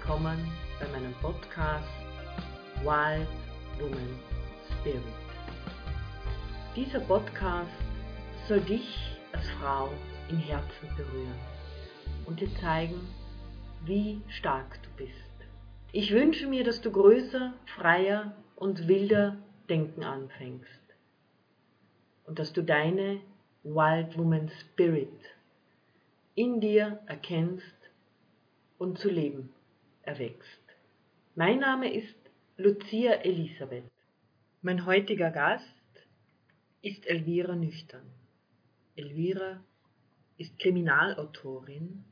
willkommen bei meinem Podcast Wild Woman Spirit. Dieser Podcast soll dich als Frau im Herzen berühren und dir zeigen, wie stark du bist. Ich wünsche mir, dass du größer, freier und wilder denken anfängst und dass du deine Wild Woman Spirit in dir erkennst und zu leben erwächst. Mein Name ist Lucia Elisabeth. Mein heutiger Gast ist Elvira Nüchtern. Elvira ist Kriminalautorin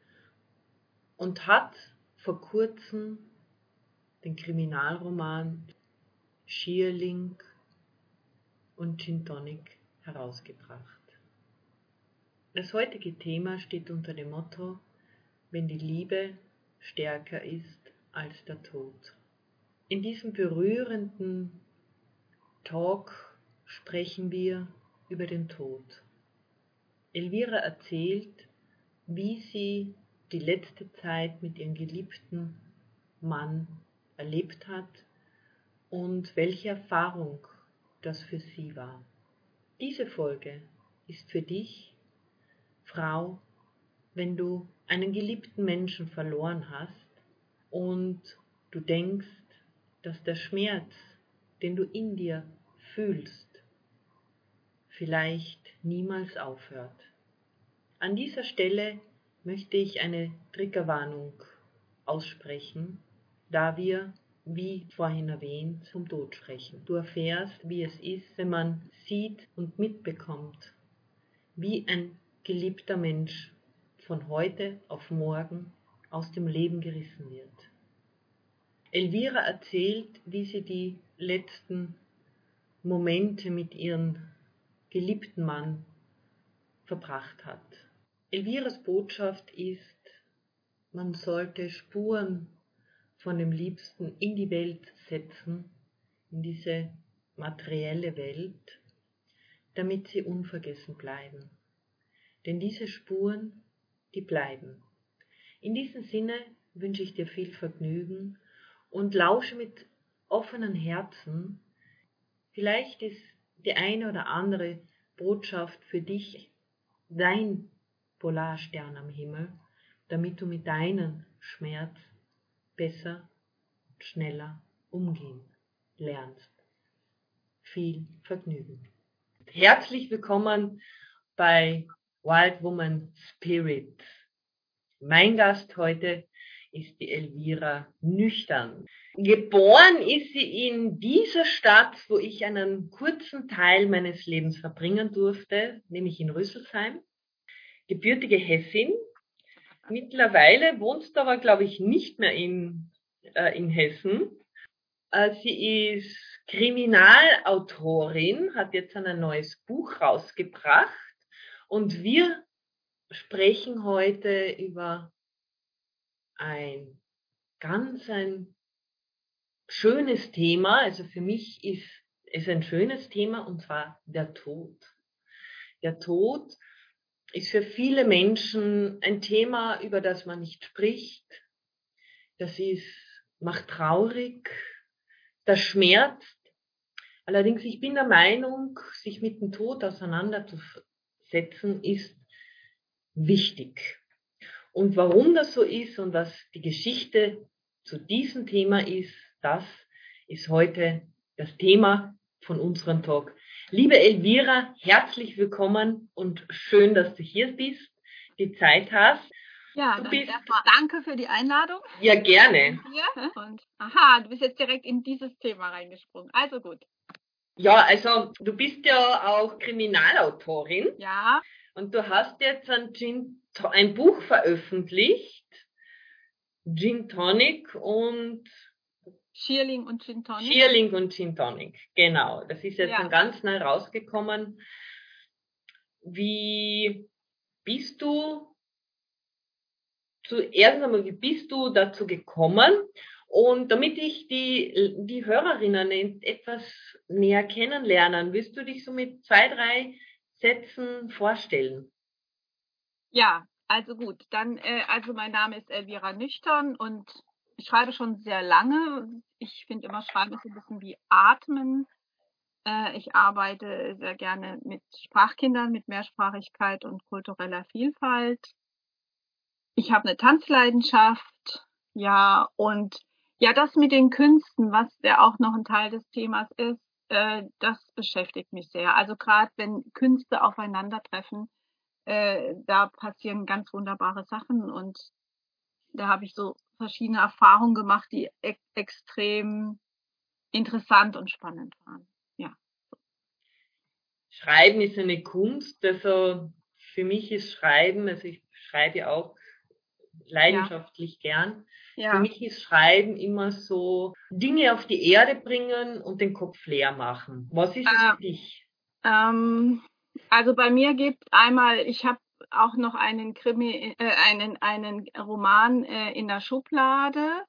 und hat vor kurzem den Kriminalroman Schierling und Gin Tonic herausgebracht. Das heutige Thema steht unter dem Motto: Wenn die Liebe stärker ist als der Tod. In diesem berührenden Talk sprechen wir über den Tod. Elvira erzählt, wie sie die letzte Zeit mit ihrem geliebten Mann erlebt hat und welche Erfahrung das für sie war. Diese Folge ist für dich, Frau, wenn du einen geliebten Menschen verloren hast und du denkst, dass der Schmerz, den du in dir fühlst, vielleicht niemals aufhört. An dieser Stelle möchte ich eine Triggerwarnung aussprechen, da wir, wie vorhin erwähnt, vom Tod sprechen. Du erfährst, wie es ist, wenn man sieht und mitbekommt, wie ein geliebter Mensch von heute auf morgen aus dem Leben gerissen wird. Elvira erzählt, wie sie die letzten Momente mit ihrem geliebten Mann verbracht hat. Elviras Botschaft ist, man sollte Spuren von dem Liebsten in die Welt setzen, in diese materielle Welt, damit sie unvergessen bleiben. Denn diese Spuren, die bleiben. In diesem Sinne wünsche ich dir viel Vergnügen und lausche mit offenen Herzen. Vielleicht ist die eine oder andere Botschaft für dich dein Polarstern am Himmel, damit du mit deinem Schmerz besser und schneller umgehen lernst. Viel Vergnügen. Herzlich willkommen bei Wild Woman Spirit. Mein Gast heute ist die Elvira Nüchtern. Geboren ist sie in dieser Stadt, wo ich einen kurzen Teil meines Lebens verbringen durfte, nämlich in Rüsselsheim. Gebürtige Hessin. Mittlerweile wohnt sie aber, glaube ich, nicht mehr in Hessen. Sie ist Kriminalautorin, hat jetzt ein neues Buch rausgebracht und wir sprechen heute über ein schönes Thema. Also für mich ist es ein schönes Thema, und zwar der Tod. Der Tod ist für viele Menschen ein Thema, über das man nicht spricht. Macht traurig, das schmerzt. Allerdings, ich bin der Meinung, sich mit dem Tod auseinanderzusetzen, ist wichtig. Und warum das so ist und was die Geschichte zu diesem Thema ist, das ist heute das Thema von unserem Talk. Liebe Elvira, herzlich willkommen und schön, dass du hier bist, die Zeit hast. Ja, dann erstmal danke für die Einladung. Ja, gerne. Und du bist jetzt direkt in dieses Thema reingesprungen. Also gut. Ja, also du bist ja auch Kriminalautorin. Ja. Und du hast jetzt ein Buch veröffentlicht, Gin Tonic und Schierling und Gin Tonic. Schierling und Gin Tonic, genau. Das ist jetzt dann ganz neu rausgekommen. Wie bist du dazu gekommen? Und damit ich die Hörerinnen etwas näher kennenlernen, willst du dich so mit 2, 3 Sätzen vorstellen? Ja, also gut. Dann, also mein Name ist Elvira Nüchtern und schreibe schon sehr lange. Ich finde immer, Schreiben ist so ein bisschen wie Atmen. Ich arbeite sehr gerne mit Sprachkindern, mit Mehrsprachigkeit und kultureller Vielfalt. Ich habe eine Tanzleidenschaft, ja, und ja, das mit den Künsten, was ja auch noch ein Teil des Themas ist, das beschäftigt mich sehr. Also gerade wenn Künste aufeinandertreffen, da passieren ganz wunderbare Sachen und da habe ich so verschiedene Erfahrungen gemacht, die extrem interessant und spannend waren. Ja. Schreiben ist eine Kunst, also für mich ist Schreiben, also ich schreibe auch leidenschaftlich gern. Für Ja. mich ist Schreiben immer so Dinge auf die Erde bringen und den Kopf leer machen. Was ist es für dich? Also bei mir gibt einmal, ich habe auch noch einen Krimi, einen Roman in der Schublade.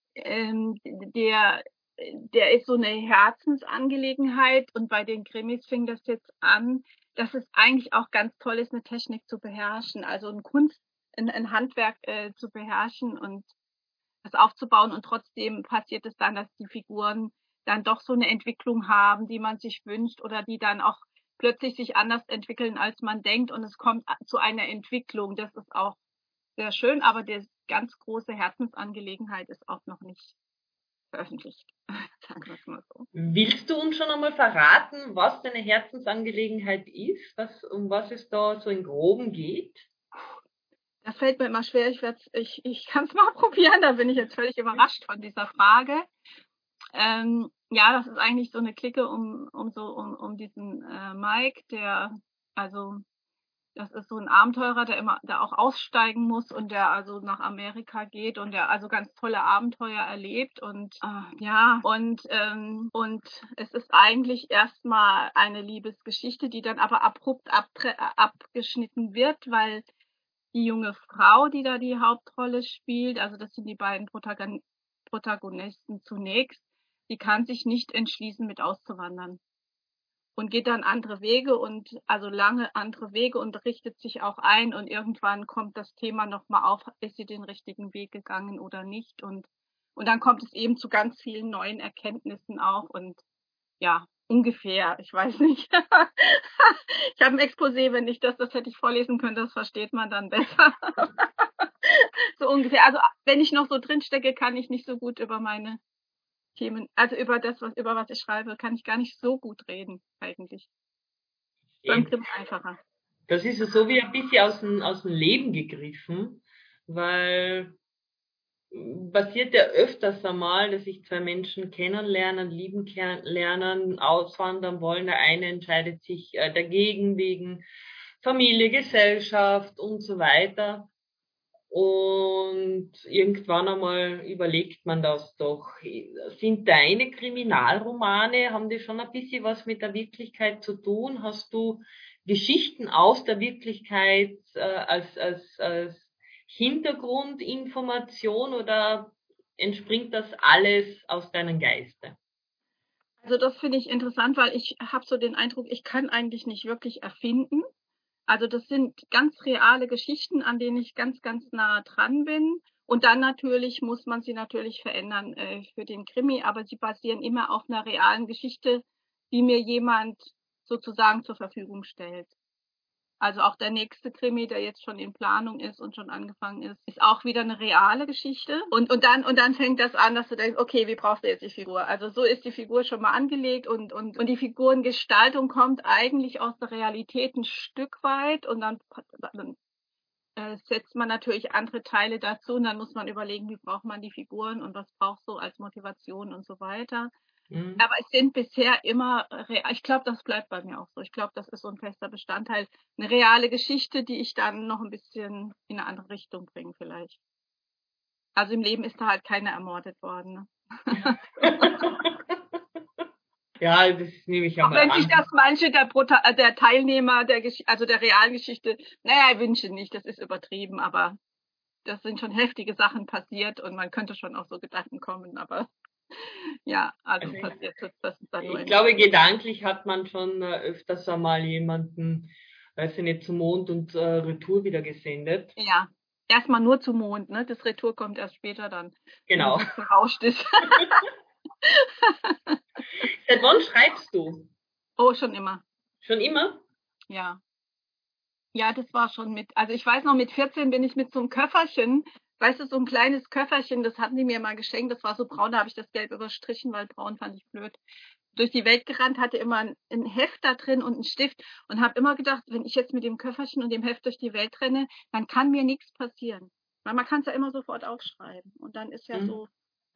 Der ist so eine Herzensangelegenheit und bei den Krimis fing das jetzt an, dass es eigentlich auch ganz toll ist, eine Technik zu beherrschen, also ein Handwerk zu beherrschen und das aufzubauen und trotzdem passiert es dann, dass die Figuren dann doch so eine Entwicklung haben, die man sich wünscht oder die dann auch plötzlich sich anders entwickeln, als man denkt und es kommt zu einer Entwicklung. Das ist auch sehr schön, aber die ganz große Herzensangelegenheit ist auch noch nicht veröffentlicht. Sagen wir es mal so. Willst du uns schon einmal verraten, was deine Herzensangelegenheit ist, um was es da so im Groben geht? Das fällt mir immer schwer. Ich kann es mal probieren. Da bin ich jetzt völlig überrascht von dieser Frage. Ja, das ist eigentlich so eine Clique um diesen Mike, das ist so ein Abenteurer, der auch aussteigen muss und der also nach Amerika geht und der also ganz tolle Abenteuer erlebt und und es ist eigentlich erstmal eine Liebesgeschichte, die dann aber abrupt abgeschnitten wird, weil die junge Frau, die da die Hauptrolle spielt, also das sind die beiden Protagonisten zunächst, die kann sich nicht entschließen, mit auszuwandern und geht dann andere Wege also lange andere Wege und richtet sich auch ein und irgendwann kommt das Thema nochmal auf, ist sie den richtigen Weg gegangen oder nicht und dann kommt es eben zu ganz vielen neuen Erkenntnissen auch und ja, ungefähr, ich weiß nicht. Ich habe ein Exposé, wenn ich das hätte ich vorlesen können, das versteht man dann besser. So ungefähr. Also wenn ich noch so drinstecke, kann ich nicht so gut über meine Themen, also über was ich schreibe, kann ich gar nicht so gut reden, eigentlich. Beim Krim einfacher. Das ist so wie ein bisschen aus dem Leben gegriffen, weil passiert ja öfters einmal, dass sich zwei Menschen kennenlernen, lieben lernen, auswandern wollen. Der eine entscheidet sich dagegen wegen Familie, Gesellschaft und so weiter. Und irgendwann einmal überlegt man das doch. Sind deine Kriminalromane, haben die schon ein bisschen was mit der Wirklichkeit zu tun? Hast du Geschichten aus der Wirklichkeit als Hintergrundinformation oder entspringt das alles aus deinem Geiste? Also das finde ich interessant, weil ich habe so den Eindruck, ich kann eigentlich nicht wirklich erfinden. Also das sind ganz reale Geschichten, an denen ich ganz, ganz nah dran bin. Und dann natürlich muss man sie natürlich verändern für den Krimi, aber sie basieren immer auf einer realen Geschichte, die mir jemand sozusagen zur Verfügung stellt. Also auch der nächste Krimi, der jetzt schon in Planung ist und schon angefangen ist auch wieder eine reale Geschichte. Und dann fängt das an, dass du denkst, okay, wie brauchst du jetzt die Figur? Also so ist die Figur schon mal angelegt und die Figurengestaltung kommt eigentlich aus der Realität ein Stück weit und dann setzt man natürlich andere Teile dazu und dann muss man überlegen, wie braucht man die Figuren und was braucht so als Motivation und so weiter. Aber es sind bisher immer, ich glaube, das bleibt bei mir auch so. Ich glaube, das ist so ein fester Bestandteil. Eine reale Geschichte, die ich dann noch ein bisschen in eine andere Richtung bringe vielleicht. Also im Leben ist da halt keiner ermordet worden. Ne? Ja, das nehme ich auch einmal wenn sich das manche der Teilnehmer also der realen Geschichte, wünschen nicht, das ist übertrieben, aber das sind schon heftige Sachen passiert und man könnte schon auf so Gedanken kommen, aber ja, also passiert das ist dann nur. Ich glaube, gedanklich hat man schon öfters einmal jemanden, weiß ich nicht, zum Mond und Retour wieder gesendet. Ja, erstmal nur zum Mond, ne? Das Retour kommt erst später dann, Genau. wenn es verrauscht ist. Seit wann schreibst du? Oh, schon immer, Schon immer? ja. Ja, das war schon also ich weiß noch, mit 14 bin ich mit so einem Köfferchen, weißt du, so ein kleines Köfferchen, das hatten die mir mal geschenkt, das war so braun, da habe ich das Gelb überstrichen, weil braun fand ich blöd. Durch die Welt gerannt, hatte immer ein Heft da drin und einen Stift und habe immer gedacht, wenn ich jetzt mit dem Köfferchen und dem Heft durch die Welt renne, dann kann mir nichts passieren. Weil man kann es ja immer sofort aufschreiben. Und dann ist ja so,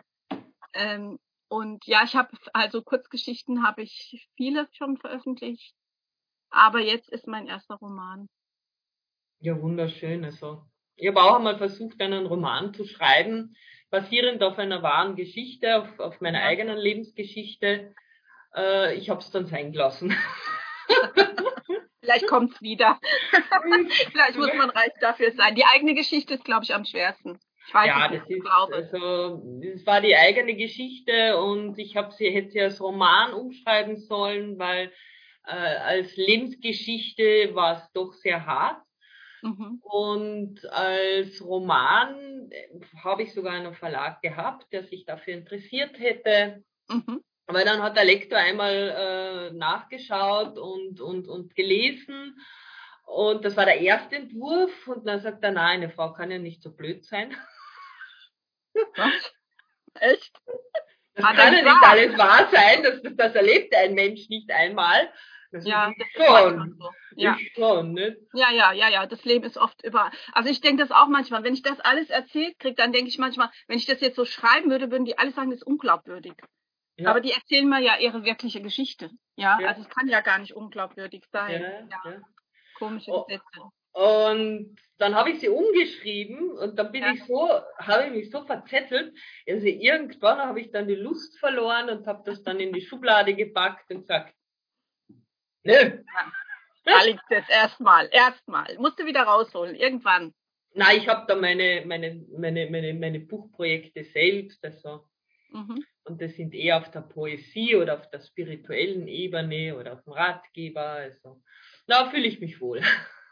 und ja, ich habe, also Kurzgeschichten habe ich viele schon veröffentlicht, aber jetzt ist mein erster Roman. Ja, wunderschön. Also, ich habe auch einmal versucht, einen Roman zu schreiben, basierend auf einer wahren Geschichte, auf meiner Ja. eigenen Lebensgeschichte. Ich habe es dann sein gelassen. Vielleicht kommt's wieder. Vielleicht muss man reich dafür sein. Die eigene Geschichte ist, glaube ich, am schwersten. Ich weiß Ja, es das nicht, ich ist, glaube. also, das war die eigene Geschichte und hätte sie als Roman umschreiben sollen, weil als Lebensgeschichte war es doch sehr hart. Mhm. Und als Roman habe ich sogar einen Verlag gehabt, der sich dafür interessiert hätte. Mhm. Aber dann hat der Lektor einmal nachgeschaut und gelesen. Und das war der erste Entwurf. Und dann sagt er, nein, eine Frau kann ja nicht so blöd sein. Was? Echt? Das Hat er kann ja nicht nicht wahr? alles wahr sein. Das erlebt ein Mensch nicht einmal. Das ist Ja, ich das ist manchmal schon. so. Ja. Ich schon, nicht? Ja. Das Leben ist oft also ich denke das auch manchmal, wenn ich das alles erzählt kriege, dann denke ich manchmal, wenn ich das jetzt so schreiben würde, würden die alle sagen, das ist unglaubwürdig. Aber Ja, die erzählen mir ja ihre wirkliche Geschichte. Ja, ja, also es kann ja gar nicht unglaubwürdig sein. ja, Ja, ja. komische Oh, Gesetze. und dann habe ich sie umgeschrieben und dann Ja. habe ich mich so verzettelt. Also irgendwann habe ich dann die Lust verloren und habe das dann in die Schublade gepackt und gesagt, nö. Da liegt es erstmal. Musst du wieder rausholen, irgendwann. Nein, ich habe da meine Buchprojekte selbst, also, Mhm. und das sind eher auf der Poesie oder auf der spirituellen Ebene oder auf dem Ratgeber, also, da fühle ich mich wohl.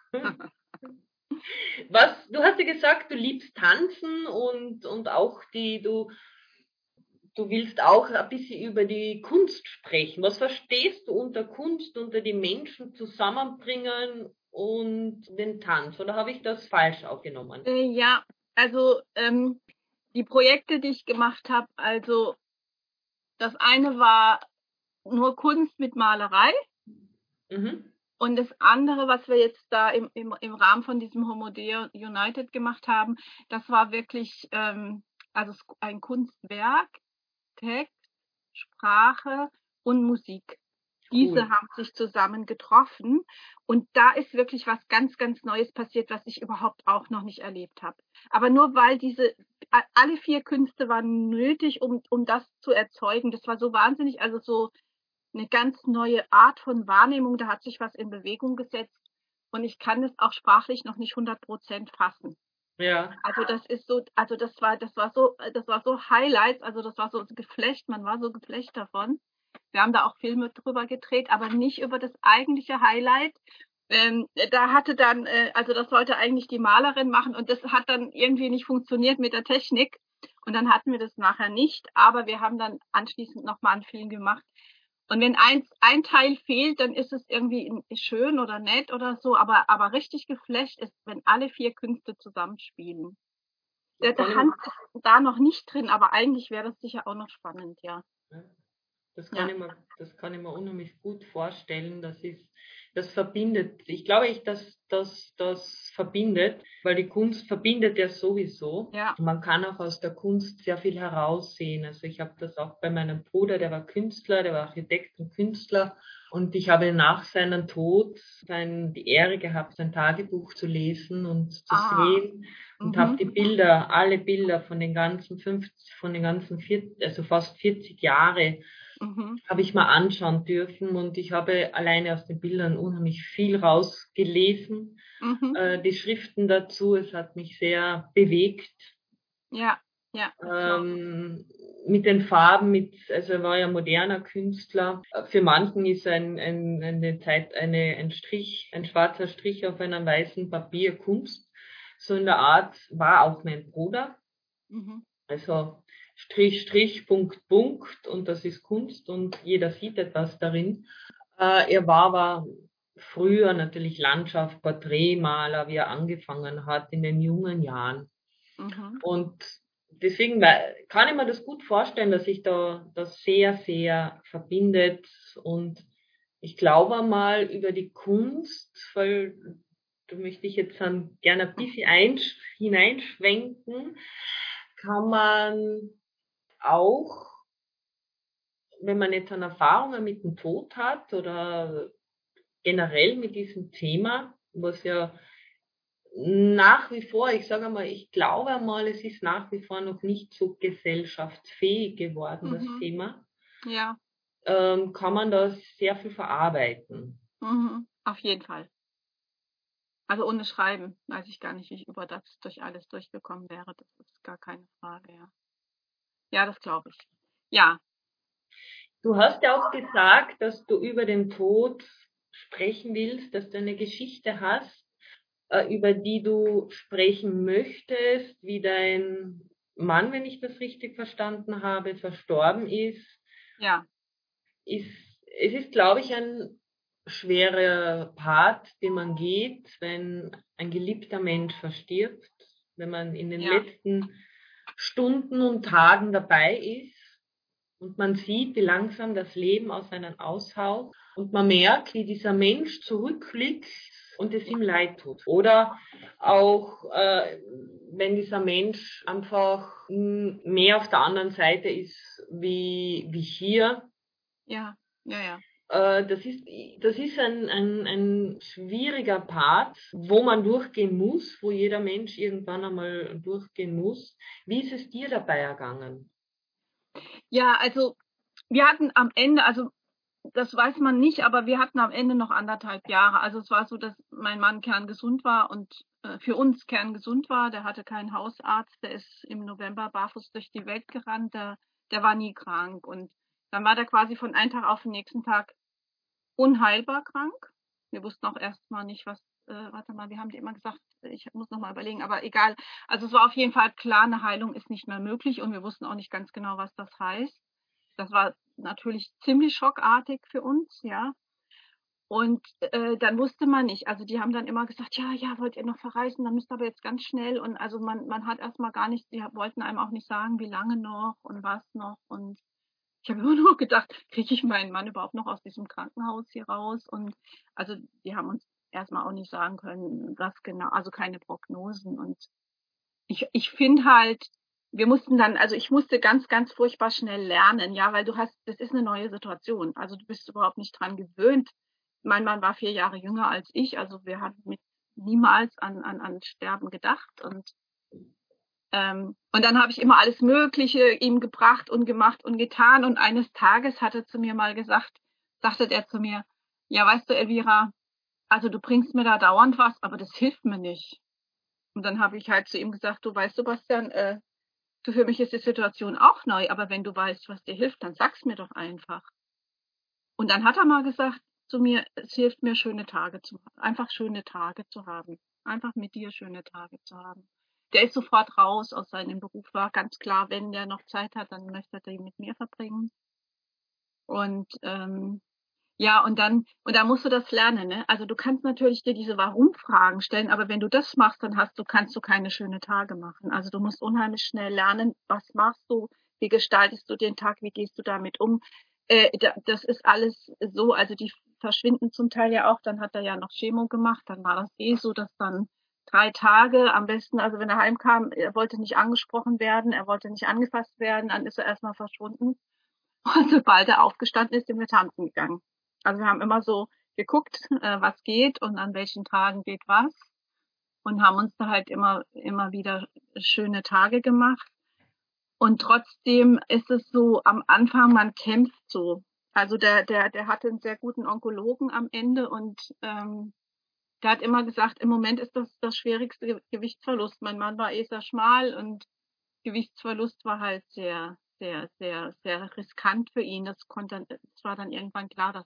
Du hast ja gesagt, du liebst Tanzen und auch du willst auch ein bisschen über die Kunst sprechen. Was verstehst du unter Kunst, unter die Menschen zusammenbringen und den Tanz? Oder habe ich das falsch aufgenommen? Ja, also die Projekte, die ich gemacht habe, also das eine war nur Kunst mit Malerei Mhm. und das andere, was wir jetzt da im Rahmen von diesem Homodea United gemacht haben, das war wirklich also ein Kunstwerk, Text, Sprache und Musik. Diese Cool. haben sich zusammen getroffen und da ist wirklich was ganz, ganz Neues passiert, was ich überhaupt auch noch nicht erlebt habe. Aber nur weil alle 4 Künste waren nötig, um das zu erzeugen. Das war so wahnsinnig, also so eine ganz neue Art von Wahrnehmung. Da hat sich was in Bewegung gesetzt und ich kann es auch sprachlich noch nicht 100% fassen. Ja. Also das ist so, also das war so Highlights, also das war so Geflecht, man war so geflecht davon. Wir haben da auch Filme drüber gedreht, aber nicht über das eigentliche Highlight. Da hatte dann, also das sollte eigentlich die Malerin machen und das hat dann irgendwie nicht funktioniert mit der Technik. Und dann hatten wir das nachher nicht, aber wir haben dann anschließend nochmal einen Film gemacht. Und wenn ein Teil fehlt, dann ist es irgendwie schön oder nett oder so, aber richtig geflecht ist, wenn alle 4 Künste zusammenspielen. Das Der kann Hans ist da noch nicht drin, aber eigentlich wäre das sicher auch noch spannend, ja. ich, Ja. das kann ich mir unheimlich gut vorstellen. Das verbindet. Ich glaube, das verbindet, weil die Kunst verbindet ja sowieso. Ja. Man kann auch aus der Kunst sehr viel heraussehen. Also ich habe das auch bei meinem Bruder, der war Künstler, der war Architekt und Künstler. Und ich habe nach seinem Tod die Ehre gehabt, sein Tagebuch zu lesen und zu sehen und habe die Bilder, alle Bilder von den ganzen 50, von den ganzen 40, also fast 40 Jahre habe ich mal anschauen dürfen und ich habe alleine aus den Bildern unheimlich viel rausgelesen. Die Schriften dazu, es hat mich sehr bewegt. Ja, Mit den Farben, also er war ja moderner Künstler. Für manchen ist ein schwarzer Strich auf einem weißen Papier Kunst. So in der Art war auch mein Bruder. Mhm. Also Strich, Strich, Punkt, Punkt und das ist Kunst und jeder sieht etwas darin. Er war aber früher natürlich Landschaft, Porträtmaler, wie er angefangen hat in den jungen Jahren. Mhm. Und deswegen kann ich mir das gut vorstellen, dass sich da das sehr, sehr verbindet. Und ich glaube mal über die Kunst, weil da möchte ich jetzt dann gerne ein bisschen hineinschwenken, kann man auch, wenn man jetzt an Erfahrungen mit dem Tod hat oder generell mit diesem Thema, was ja nach wie vor, ich sage mal, ich glaube mal, es ist nach wie vor noch nicht so gesellschaftsfähig geworden, das Mhm. Thema, Ja. kann man da sehr viel verarbeiten. Mhm. Auf jeden Fall. Also ohne Schreiben weiß ich gar nicht, wie ich über das durch alles durchgekommen wäre. Das ist gar keine Frage, ja. Ja, das glaube ich. Ja. Du hast ja auch gesagt, dass du über den Tod sprechen willst, dass du eine Geschichte hast, über die du sprechen möchtest, wie dein Mann, wenn ich das richtig verstanden habe, verstorben ist. Ja. Es ist, glaube ich, ein schwerer Part, den man geht, wenn ein geliebter Mensch verstirbt, wenn man in den Ja. letzten Stunden und Tagen dabei ist und man sieht, wie langsam das Leben aus einem aushaut und man merkt, wie dieser Mensch zurückblickt und es ihm leid tut. Oder auch, wenn dieser Mensch einfach mehr auf der anderen Seite ist wie hier. Ja. Ja, ja. Das ist ein schwieriger Part, wo man durchgehen muss, wo jeder Mensch irgendwann einmal durchgehen muss. Wie ist es dir dabei ergangen? Ja, also wir hatten am Ende, also das weiß man nicht, aber wir hatten am Ende noch 1,5 Jahre. Also es war so, dass mein Mann kerngesund war und für uns kerngesund war. Der hatte keinen Hausarzt, der ist im November barfuß durch die Welt gerannt, der war nie krank. Und dann war der quasi von einem Tag auf den nächsten Tag unheilbar krank. Wir wussten auch erst mal nicht, warte mal, wir haben die immer gesagt, ich muss noch mal überlegen, aber egal. Also es war auf jeden Fall klar, eine Heilung ist nicht mehr möglich und wir wussten auch nicht ganz genau, was das heißt. Das war natürlich ziemlich schockartig für uns, ja. Und dann wusste man nicht. Also die haben dann immer gesagt, ja, ja, wollt ihr noch verreisen, dann müsst ihr aber jetzt ganz schnell. Und also man hat erst mal gar nicht, die wollten einem auch nicht sagen, wie lange noch und was noch. Und ich habe immer nur gedacht, kriege ich meinen Mann überhaupt noch aus diesem Krankenhaus hier raus? Und also die haben uns erstmal auch nicht sagen können, was genau, also keine Prognosen. Und ich finde halt, wir mussten dann, also ich musste ganz, ganz furchtbar schnell lernen, ja, weil das ist eine neue Situation. Also du bist überhaupt nicht dran gewöhnt. Mein Mann war 4 Jahre jünger als ich, also wir hatten niemals an Sterben gedacht. Und dann habe ich immer alles Mögliche ihm gebracht und gemacht und getan. Und eines Tages sagte der zu mir, ja, weißt du, Elvira, also du bringst mir da dauernd was, aber das hilft mir nicht. Und dann habe ich halt zu ihm gesagt, du weißt, Sebastian, du, für mich ist die Situation auch neu, aber wenn du weißt, was dir hilft, dann sag's mir doch einfach. Und dann hat er mal gesagt zu mir, es hilft mir, einfach schöne Tage zu haben. Einfach mit dir schöne Tage zu haben. Der ist sofort raus aus seinem Beruf, war ganz klar, wenn der noch Zeit hat, dann möchte er die mit mir verbringen. Und ja, und dann musst du das lernen, ne? Also du kannst natürlich dir diese Warum-Fragen stellen, aber wenn du das machst, kannst du keine schönen Tage machen. Also du musst unheimlich schnell lernen, was machst du, wie gestaltest du den Tag, wie gehst du damit um. Das ist alles so, also die verschwinden zum Teil ja auch, dann hat er ja noch Chemo gemacht, dann war das so, dass dann 3 Tage am besten, also wenn er heimkam, er wollte nicht angesprochen werden, er wollte nicht angefasst werden, dann ist er erstmal verschwunden. Und sobald er aufgestanden ist, sind wir tanzen gegangen. Also wir haben immer so geguckt, was geht und an welchen Tagen geht was und haben uns da halt immer wieder schöne Tage gemacht. Und trotzdem ist es so, am Anfang, man kämpft so. Also der hatte einen sehr guten Onkologen am Ende und der hat immer gesagt, im Moment ist das schwierigste Gewichtsverlust. Mein Mann war sehr schmal und Gewichtsverlust war halt sehr, sehr, sehr, sehr riskant für ihn. Es war dann irgendwann klar, dass er das nicht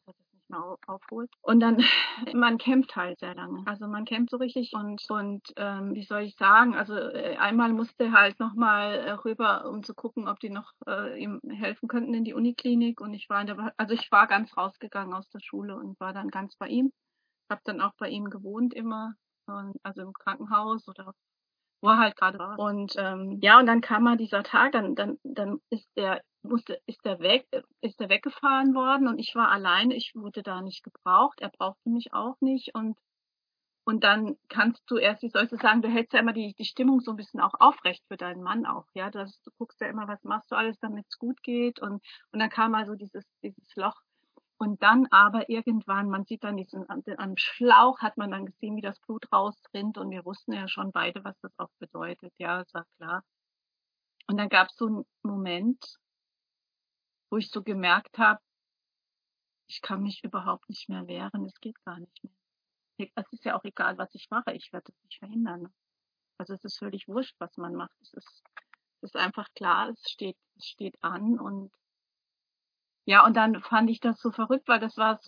nicht mehr aufholt. Und dann, man kämpft halt sehr lange. Also man kämpft so richtig und wie soll ich sagen, also einmal musste halt nochmal rüber, um zu gucken, ob die noch ihm helfen könnten in die Uniklinik. Und ich war ganz rausgegangen aus der Schule und war dann ganz bei ihm. Habe dann auch bei ihm gewohnt immer, also im Krankenhaus oder wo er halt gerade war. Und und dann kam mal dieser Tag, dann ist der weggefahren worden und ich war alleine. Ich wurde da nicht gebraucht. Er brauchte mich auch nicht. Und dann kannst du erst, wie sollst du sagen, du hältst ja immer die Stimmung so ein bisschen auch aufrecht für deinen Mann auch, ja. Du guckst ja immer, was machst du alles, damit es gut geht. Und dann kam also dieses Loch. Und dann aber irgendwann, man sieht dann am Schlauch hat man dann gesehen, wie das Blut rausrinnt. Und wir wussten ja schon beide, was das auch bedeutet. Ja, das war klar. Und dann gab es so einen Moment, wo ich so gemerkt habe, ich kann mich überhaupt nicht mehr wehren. Es geht gar nicht mehr. Es ist ja auch egal, was ich mache. Ich werde es nicht verhindern. Also es ist völlig wurscht, was man macht. Es ist einfach klar, es steht an. Und ja, und dann fand ich das so verrückt, weil das war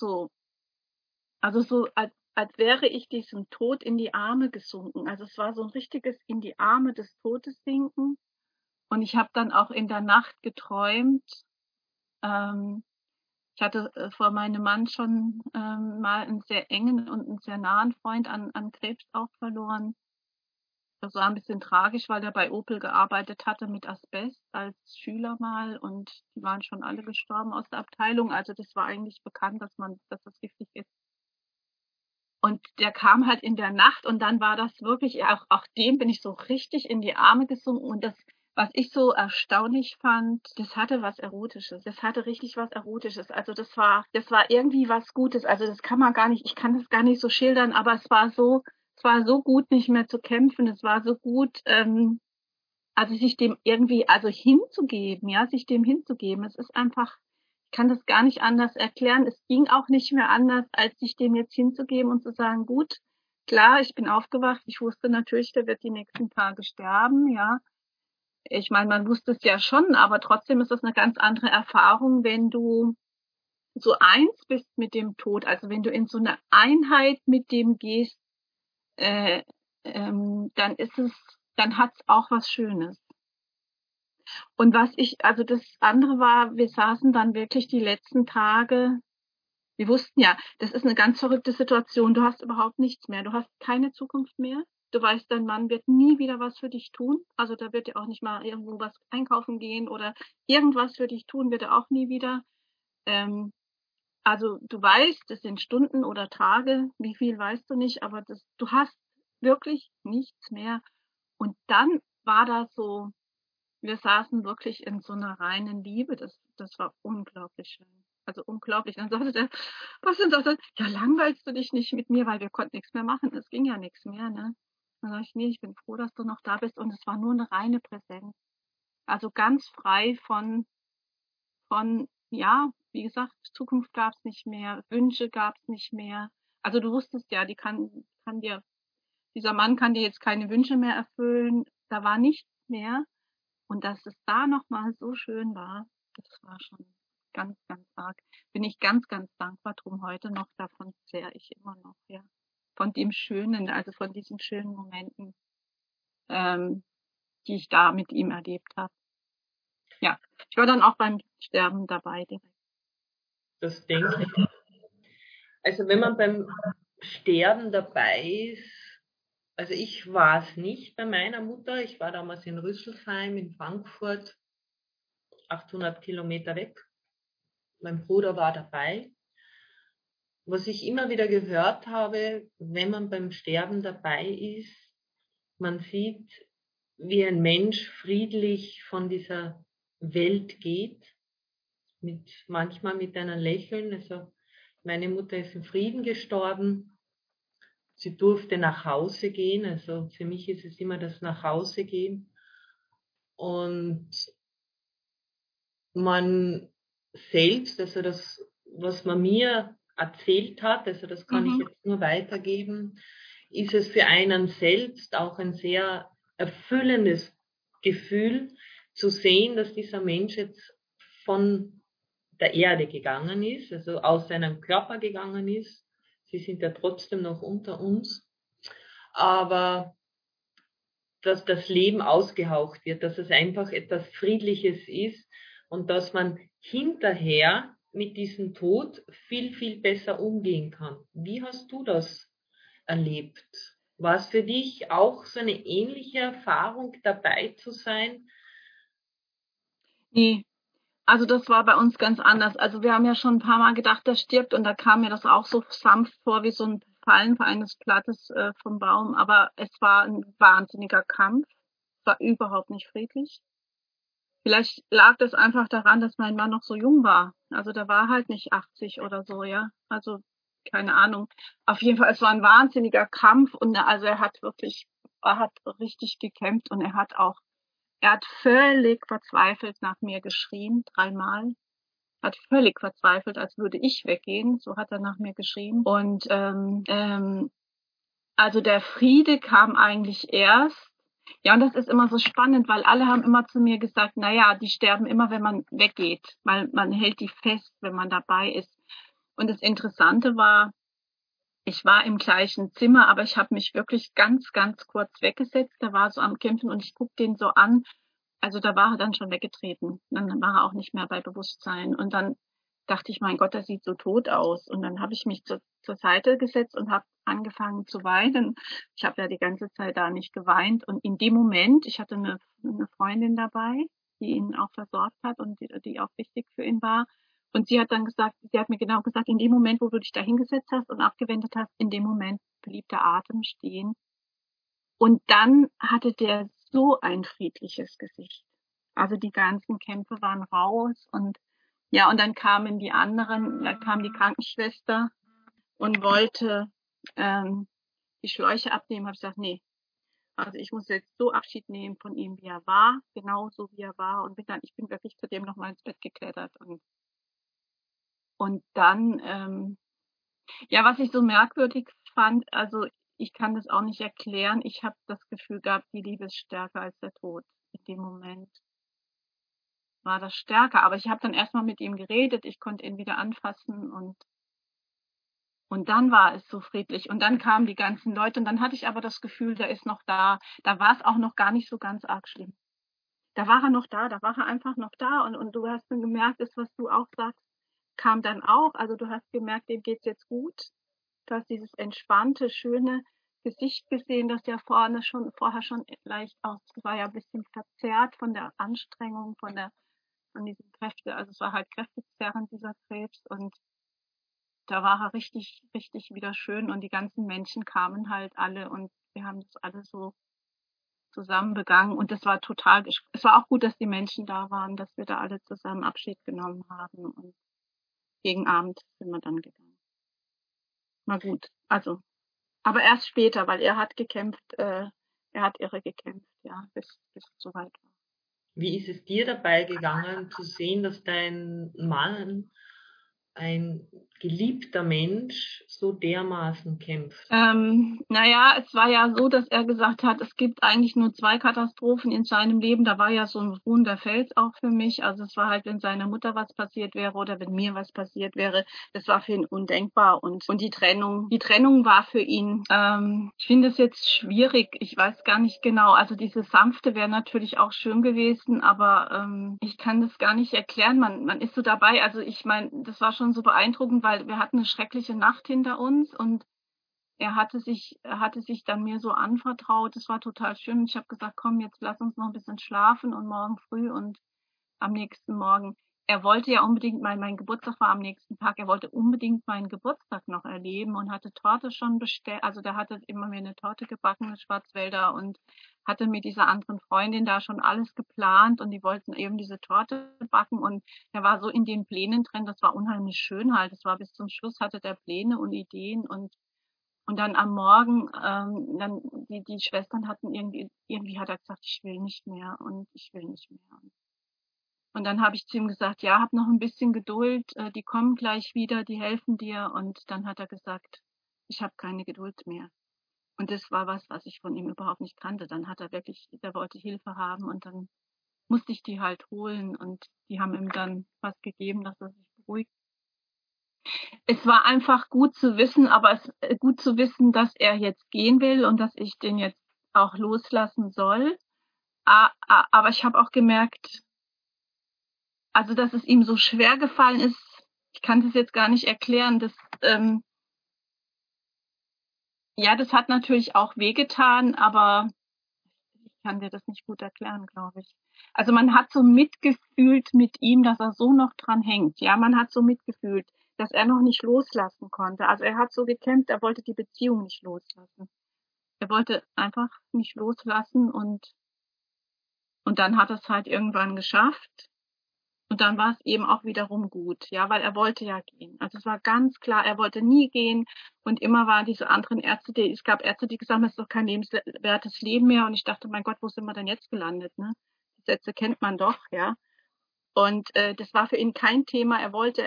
also so, als wäre ich diesem Tod in die Arme gesunken. Also es war so ein richtiges in die Arme des Todes sinken. Und ich habe dann auch in der Nacht geträumt. Ich hatte vor meinem Mann schon mal einen sehr engen und einen sehr nahen Freund an Krebs auch verloren. Das war ein bisschen tragisch, weil er bei Opel gearbeitet hatte mit Asbest als Schüler mal und die waren schon alle gestorben aus der Abteilung. Also das war eigentlich bekannt, dass das giftig ist. Und der kam halt in der Nacht und dann war das wirklich, auch dem bin ich so richtig in die Arme gesunken. Und das, was ich so erstaunlich fand, das hatte was Erotisches. Das hatte richtig was Erotisches. Also das war irgendwie was Gutes. Also das kann man gar nicht, ich kann das gar nicht so schildern, aber es war so gut, nicht mehr zu kämpfen. Es war so gut, also sich dem irgendwie, also hinzugeben, ja, sich dem hinzugeben. Es ist einfach, ich kann das gar nicht anders erklären. Es ging auch nicht mehr anders, als sich dem jetzt hinzugeben und zu sagen, gut, klar, ich bin aufgewacht. Ich wusste natürlich, der wird die nächsten Tage sterben, ja. Ich meine, man wusste es ja schon, aber trotzdem ist das eine ganz andere Erfahrung, wenn du so eins bist mit dem Tod. Also wenn du in so eine Einheit mit dem gehst, äh, dann hat's auch was Schönes. Und also das andere war, wir saßen dann wirklich die letzten Tage, wir wussten ja, das ist eine ganz verrückte Situation. Du hast überhaupt nichts mehr. Du hast keine Zukunft mehr. Du weißt, dein Mann wird nie wieder was für dich tun. Also da wird er auch nicht mal irgendwo was einkaufen gehen oder irgendwas für dich tun, wird er auch nie wieder. Also du weißt, es sind Stunden oder Tage, wie viel weißt du nicht, aber du hast wirklich nichts mehr. Und dann war das so, wir saßen wirklich in so einer reinen Liebe. Das war unglaublich schön. Also unglaublich. Dann sagte der, was denn das? Ja, langweilst du dich nicht mit mir, weil wir konnten nichts mehr machen. Es ging ja nichts mehr, ne? Dann sag ich, nee, ich bin froh, dass du noch da bist. Und es war nur eine reine Präsenz. Also ganz frei ja, wie gesagt, Zukunft gab es nicht mehr, Wünsche gab es nicht mehr. Also du wusstest ja, dieser Mann kann dir jetzt keine Wünsche mehr erfüllen. Da war nichts mehr. Und dass es da nochmal so schön war, das war schon ganz, ganz arg. Bin ich ganz, ganz dankbar drum heute noch. Davon zehre ich immer noch, ja. Von dem Schönen, also von diesen schönen Momenten, ähm, die ich da mit ihm erlebt habe. Ja, ich war dann auch beim Sterben dabei direkt. Das denke ich. Also wenn man beim Sterben dabei ist, also ich war es nicht bei meiner Mutter. Ich war damals in Rüsselsheim in Frankfurt, 800 Kilometer weg. Mein Bruder war dabei. Was ich immer wieder gehört habe, wenn man beim Sterben dabei ist, man sieht, wie ein Mensch friedlich von dieser Welt geht, manchmal mit einem Lächeln. Also meine Mutter ist in Frieden gestorben. Sie durfte nach Hause gehen. Also für mich ist es immer das Nachhausegehen. Und man selbst, also das, was man mir erzählt hat, also das kann ich jetzt nur weitergeben, ist es für einen selbst auch ein sehr erfüllendes Gefühl zu sehen, dass dieser Mensch jetzt von der Erde gegangen ist, also aus seinem Körper gegangen ist. Sie sind ja trotzdem noch unter uns. Aber dass das Leben ausgehaucht wird, dass es einfach etwas Friedliches ist und dass man hinterher mit diesem Tod viel, viel besser umgehen kann. Wie hast du das erlebt? War es für dich auch so eine ähnliche Erfahrung, dabei zu sein? Nee, also das war bei uns ganz anders. Also wir haben ja schon ein paar Mal gedacht, der stirbt und da kam mir das auch so sanft vor wie so ein Fallen eines Blattes vom Baum. Aber es war ein wahnsinniger Kampf. Es war überhaupt nicht friedlich. Vielleicht lag das einfach daran, dass mein Mann noch so jung war. Also der war halt nicht 80 oder so, ja. Also keine Ahnung. Auf jeden Fall, es war ein wahnsinniger Kampf und also er hat richtig gekämpft und er hat völlig verzweifelt nach mir geschrien, 3-mal. Hat völlig verzweifelt, als würde ich weggehen. So hat er nach mir geschrien. Und also der Friede kam eigentlich erst. Ja, und das ist immer so spannend, weil alle haben immer zu mir gesagt, na ja, die sterben immer, wenn man weggeht, weil man hält die fest, wenn man dabei ist. Und das Interessante war, ich war im gleichen Zimmer, aber ich habe mich wirklich ganz, ganz kurz weggesetzt. Der war so am Kämpfen und ich guck den so an. Also da war er dann schon weggetreten. Dann war er auch nicht mehr bei Bewusstsein. Und dann dachte ich, mein Gott, das sieht so tot aus. Und dann habe ich mich zur Seite gesetzt und habe angefangen zu weinen. Ich habe ja die ganze Zeit da nicht geweint. Und in dem Moment, ich hatte eine Freundin dabei, die ihn auch versorgt hat und die auch wichtig für ihn war. Und sie hat dann gesagt, sie hat mir genau gesagt, in dem Moment, wo du dich da hingesetzt hast und abgewendet hast, in dem Moment blieb der Atem stehen. Und dann hatte der so ein friedliches Gesicht. Also die ganzen Kämpfe waren raus und ja, und dann kamen die anderen, da kam die Krankenschwester und wollte die Schläuche abnehmen. Habe ich gesagt, nee, also ich muss jetzt so Abschied nehmen von ihm, wie er war, genauso wie er war. Und ich bin wirklich zu dem nochmal ins Bett geklettert. Und dann, ja, was ich so merkwürdig fand, also ich kann das auch nicht erklären. Ich habe das Gefühl gehabt, die Liebe ist stärker als der Tod. In dem Moment war das stärker. Aber ich habe dann erstmal mit ihm geredet. Ich konnte ihn wieder anfassen und dann war es so friedlich. Und dann kamen die ganzen Leute und dann hatte ich aber das Gefühl, der ist noch da. Da war es auch noch gar nicht so ganz arg schlimm. Da war er noch da war er einfach noch da und du hast dann gemerkt, das, was du auch sagst, kam dann auch. Also du hast gemerkt, dem geht's jetzt gut. Du hast dieses entspannte, schöne Gesicht gesehen, das ja vorher schon leicht aus, war ja ein bisschen verzerrt von der Anstrengung, von diesen Kräfte, also es war halt kräftezerrend, dieser Krebs und da war er richtig, richtig wieder schön und die ganzen Menschen kamen halt alle und wir haben das alle so zusammen begangen und das war es war auch gut, dass die Menschen da waren, dass wir da alle zusammen Abschied genommen haben und gegen Abend sind wir dann gegangen. Na gut, also, aber erst später, weil er hat gekämpft, er hat irre gekämpft, ja, bis es soweit war. Wie ist es dir dabei gegangen, zu sehen, dass dein Mann, ein geliebter Mensch, so dermaßen kämpft? Naja, es war ja so, dass er gesagt hat, es gibt eigentlich nur 2 Katastrophen in seinem Leben. Da war ja so ein ruhender Fels auch für mich. Also es war halt, wenn seiner Mutter was passiert wäre oder wenn mir was passiert wäre. Das war für ihn undenkbar. Und die Trennung war für ihn, ich finde es jetzt schwierig. Ich weiß gar nicht genau. Also diese sanfte wäre natürlich auch schön gewesen, aber ich kann das gar nicht erklären. Man ist so dabei. Also ich meine, das war schon so beeindruckend, weil wir hatten eine schreckliche Nacht hinter uns und er hatte sich dann mir so anvertraut. Das war total schön. Ich habe gesagt, komm, jetzt lass uns noch ein bisschen schlafen und morgen früh und am nächsten Morgen. Er wollte ja unbedingt, mein Geburtstag war am nächsten Tag, er wollte unbedingt meinen Geburtstag noch erleben und hatte Torte schon bestellt. Also der hatte immer mir eine Torte gebacken, eine Schwarzwälder und hatte mit dieser anderen Freundin da schon alles geplant und die wollten eben diese Torte backen und er war so in den Plänen drin, das war unheimlich schön halt. Das war bis zum Schluss, hatte der Pläne und Ideen und dann am Morgen, dann die Schwestern hatten irgendwie hat er gesagt, ich will nicht mehr und ich will nicht mehr. Und dann habe ich zu ihm gesagt, ja, hab noch ein bisschen Geduld, die kommen gleich wieder, die helfen dir. Und dann hat er gesagt, ich habe keine Geduld mehr. Und das war was ich von ihm überhaupt nicht kannte. Dann hat er wirklich, der wollte Hilfe haben und dann musste ich die halt holen und die haben ihm dann was gegeben, dass er sich ruhig. Es war einfach gut zu wissen, gut zu wissen, dass er jetzt gehen will und dass ich den jetzt auch loslassen soll. Aber ich habe auch gemerkt, also dass es ihm so schwer gefallen ist. Ich kann das jetzt gar nicht erklären. Das hat natürlich auch wehgetan, aber ich kann dir das nicht gut erklären, glaube ich. Also man hat so mitgefühlt mit ihm, dass er so noch dran hängt. Ja, man hat so mitgefühlt, dass er noch nicht loslassen konnte. Also er hat so gekämpft, er wollte die Beziehung nicht loslassen. Er wollte einfach nicht loslassen und dann hat er es halt irgendwann geschafft. Und dann war es eben auch wiederum gut, ja, weil er wollte ja gehen. Also es war ganz klar, er wollte nie gehen. Und immer waren diese anderen Ärzte, es gab Ärzte, die gesagt haben, es ist doch kein lebenswertes Leben mehr. Und ich dachte, mein Gott, wo sind wir denn jetzt gelandet, ne? Die Sätze kennt man doch, ja. Und das war für ihn kein Thema. Er wollte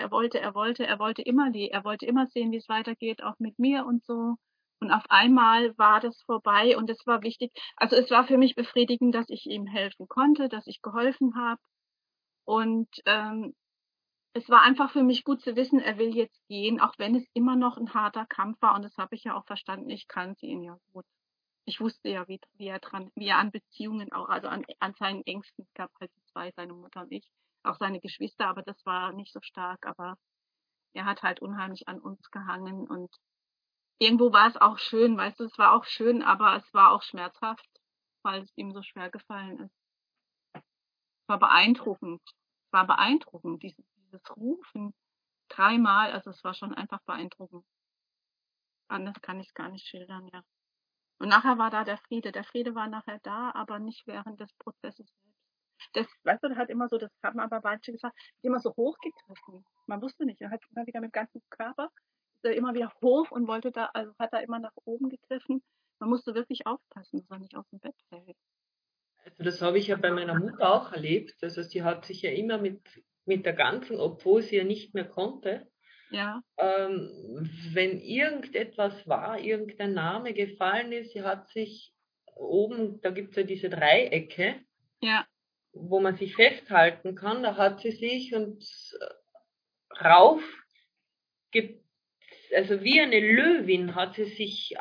immer sehen, wie es weitergeht, auch mit mir und so. Und auf einmal war das vorbei und es war wichtig. Also es war für mich befriedigend, dass ich ihm helfen konnte, dass ich geholfen habe. Und es war einfach für mich gut zu wissen, er will jetzt gehen, auch wenn es immer noch ein harter Kampf war. Und das habe ich ja auch verstanden. Ich kannte ihn ja gut. Ich wusste ja, wie er an Beziehungen auch, also an seinen Ängsten, es gab halt die zwei, seine Mutter und ich, auch seine Geschwister, aber das war nicht so stark. Aber er hat halt unheimlich an uns gehangen und irgendwo war es auch schön, weißt du, es war auch schön, aber es war auch schmerzhaft, weil es ihm so schwer gefallen ist. Es war beeindruckend. Es war beeindruckend, dieses Rufen 3-mal, also es war schon einfach beeindruckend. Anders kann ich es gar nicht schildern, ja. Und nachher war da der Friede. Der Friede war nachher da, aber nicht während des Prozesses selbst. Weißt du, der hat immer so, das haben aber manche gesagt, immer so hochgegriffen. Man wusste nicht, er hat immer wieder mit dem ganzen Körper immer wieder hoch und hat er immer nach oben gegriffen. Man musste wirklich aufpassen, dass er nicht aus dem Bett fällt. Also das habe ich ja bei meiner Mutter auch erlebt. Also sie hat sich ja immer mit der ganzen, obwohl sie ja nicht mehr konnte, Ja, wenn irgendetwas war, irgendein Name gefallen ist, sie hat sich oben, da gibt es ja diese Dreiecke, ja, wo man sich festhalten kann, da hat sie sich und rauf, also wie eine Löwin hat sie sich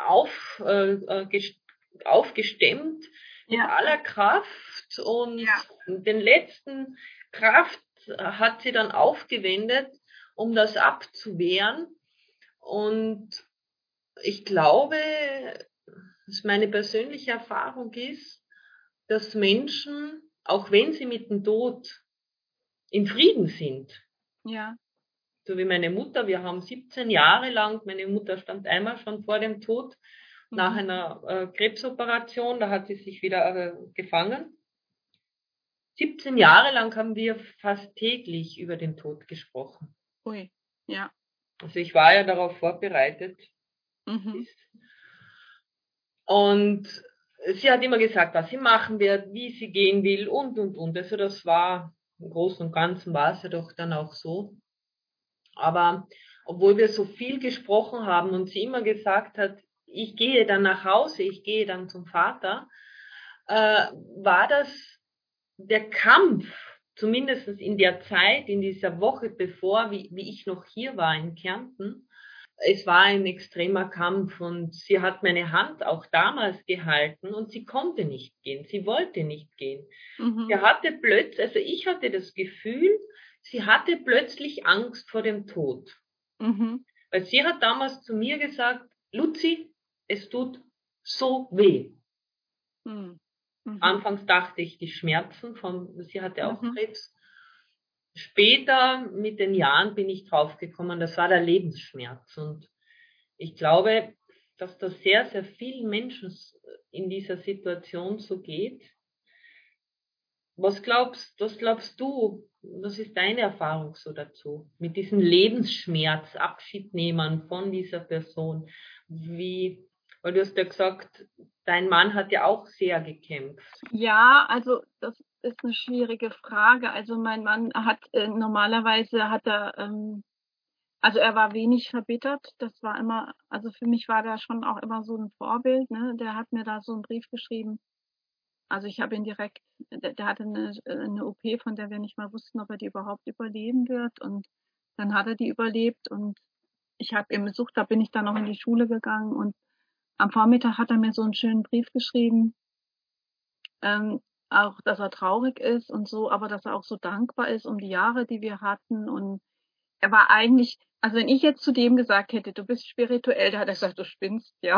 aufgestemmt mit ja, aller Kraft und ja, den letzten Kraft hat sie dann aufgewendet, um das abzuwehren. Und ich glaube, dass meine persönliche Erfahrung ist, dass Menschen, auch wenn sie mit dem Tod in Frieden sind, ja, so wie meine Mutter, wir haben 17 Jahre lang, meine Mutter stand einmal schon vor dem Tod, nach einer Krebsoperation, da hat sie sich wieder gefangen. 17 Jahre lang haben wir fast täglich über den Tod gesprochen. ui, ja, Also ich war ja darauf vorbereitet. Und sie hat immer gesagt, was sie machen wird, wie sie gehen will und. Also das war, im Großen und Ganzen war es ja doch dann auch so. Aber obwohl wir so viel gesprochen haben und sie immer gesagt hat, ich gehe dann nach Hause, ich gehe dann zum Vater, war das der Kampf, zumindest in der Zeit, in dieser Woche bevor, wie ich noch hier war in Kärnten, es war ein extremer Kampf und sie hat meine Hand auch damals gehalten und sie konnte nicht gehen, sie wollte nicht gehen. Sie hatte plötzlich, also ich hatte das Gefühl, sie hatte plötzlich Angst vor dem Tod. Weil sie hat damals zu mir gesagt, Luzi, es tut so weh. Anfangs dachte ich, die Schmerzen sie hatte auch Krebs. Später, mit den Jahren, bin ich draufgekommen, das war der Lebensschmerz. Und ich glaube, dass das sehr, sehr vielen Menschen in dieser Situation so geht. Was glaubst du? Was ist deine Erfahrung so dazu? Mit diesem Lebensschmerz, Abschied nehmen von dieser Person. Weil du hast ja gesagt, dein Mann hat ja auch sehr gekämpft. Ja, also das ist eine schwierige Frage. Also mein Mann hat normalerweise also er war wenig verbittert. Das war immer, also für mich war der schon auch immer so ein Vorbild, ne? Der hat mir da so einen Brief geschrieben. Also ich habe ihn direkt, der hatte eine OP, von der wir nicht mal wussten, ob er die überhaupt überleben wird. Und Dann hat er die überlebt und ich habe ihn besucht, da bin ich dann noch in die Schule gegangen und am Vormittag hat er mir so einen schönen Brief geschrieben, auch, dass er traurig ist und so, aber dass er auch so dankbar ist um die Jahre, die wir hatten. Und er war eigentlich, also wenn ich jetzt zu dem gesagt hätte, du bist spirituell, da hat er gesagt, du spinnst, ja.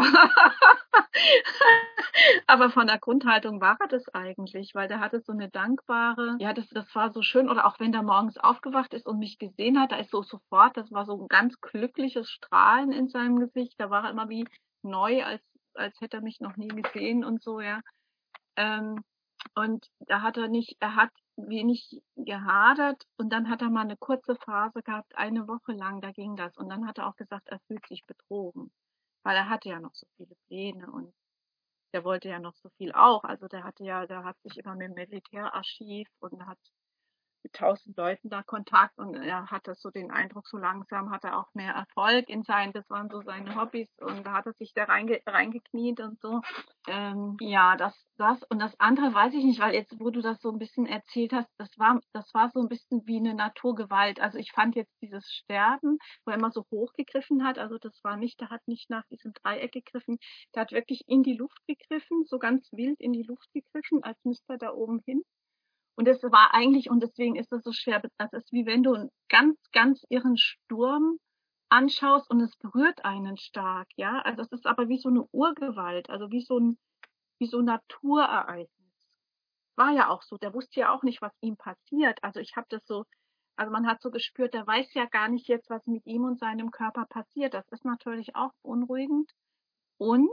Aber von der Grundhaltung war er das eigentlich, weil der hatte so eine dankbare, ja, das war so schön. Oder auch wenn der morgens aufgewacht ist und mich gesehen hat, da ist so sofort, das war so ein ganz glückliches Strahlen in seinem Gesicht. Da war er immer wie neu, als hätte er mich noch nie gesehen und so, ja. Ähm, und da hat er hat wenig gehadert und dann hat er mal eine kurze Phase gehabt, eine Woche lang, da ging das. Und dann hat er auch gesagt, er fühlt sich betrogen, weil er hatte ja noch so viele Pläne und der wollte ja noch so viel auch. Also der hat sich immer mit dem Militärarchiv und hat mit 1.000 Leuten da Kontakt und er hatte so den Eindruck, so langsam hat er auch mehr Erfolg in seinen, das waren so seine Hobbys und da hat er sich da reingekniet und so. Ja, das und das andere weiß ich nicht, weil jetzt, wo du das so ein bisschen erzählt hast, das war so ein bisschen wie eine Naturgewalt. Also ich fand jetzt dieses Sterben, wo er immer so hochgegriffen hat, also das war nicht, der hat nicht nach diesem Dreieck gegriffen, der hat wirklich in die Luft gegriffen, so ganz wild in die Luft gegriffen, als müsste er da oben hin. Und es war eigentlich, und deswegen ist das so schwer, das ist wie wenn du einen ganz, ganz irren Sturm anschaust und es berührt einen stark, ja. Also es ist aber wie so eine Urgewalt, also wie so ein Naturereignis. War ja auch so, der wusste ja auch nicht, was ihm passiert. Also ich habe das so, also man hat so gespürt, der weiß ja gar nicht jetzt, was mit ihm und seinem Körper passiert. Das ist natürlich auch beunruhigend. Und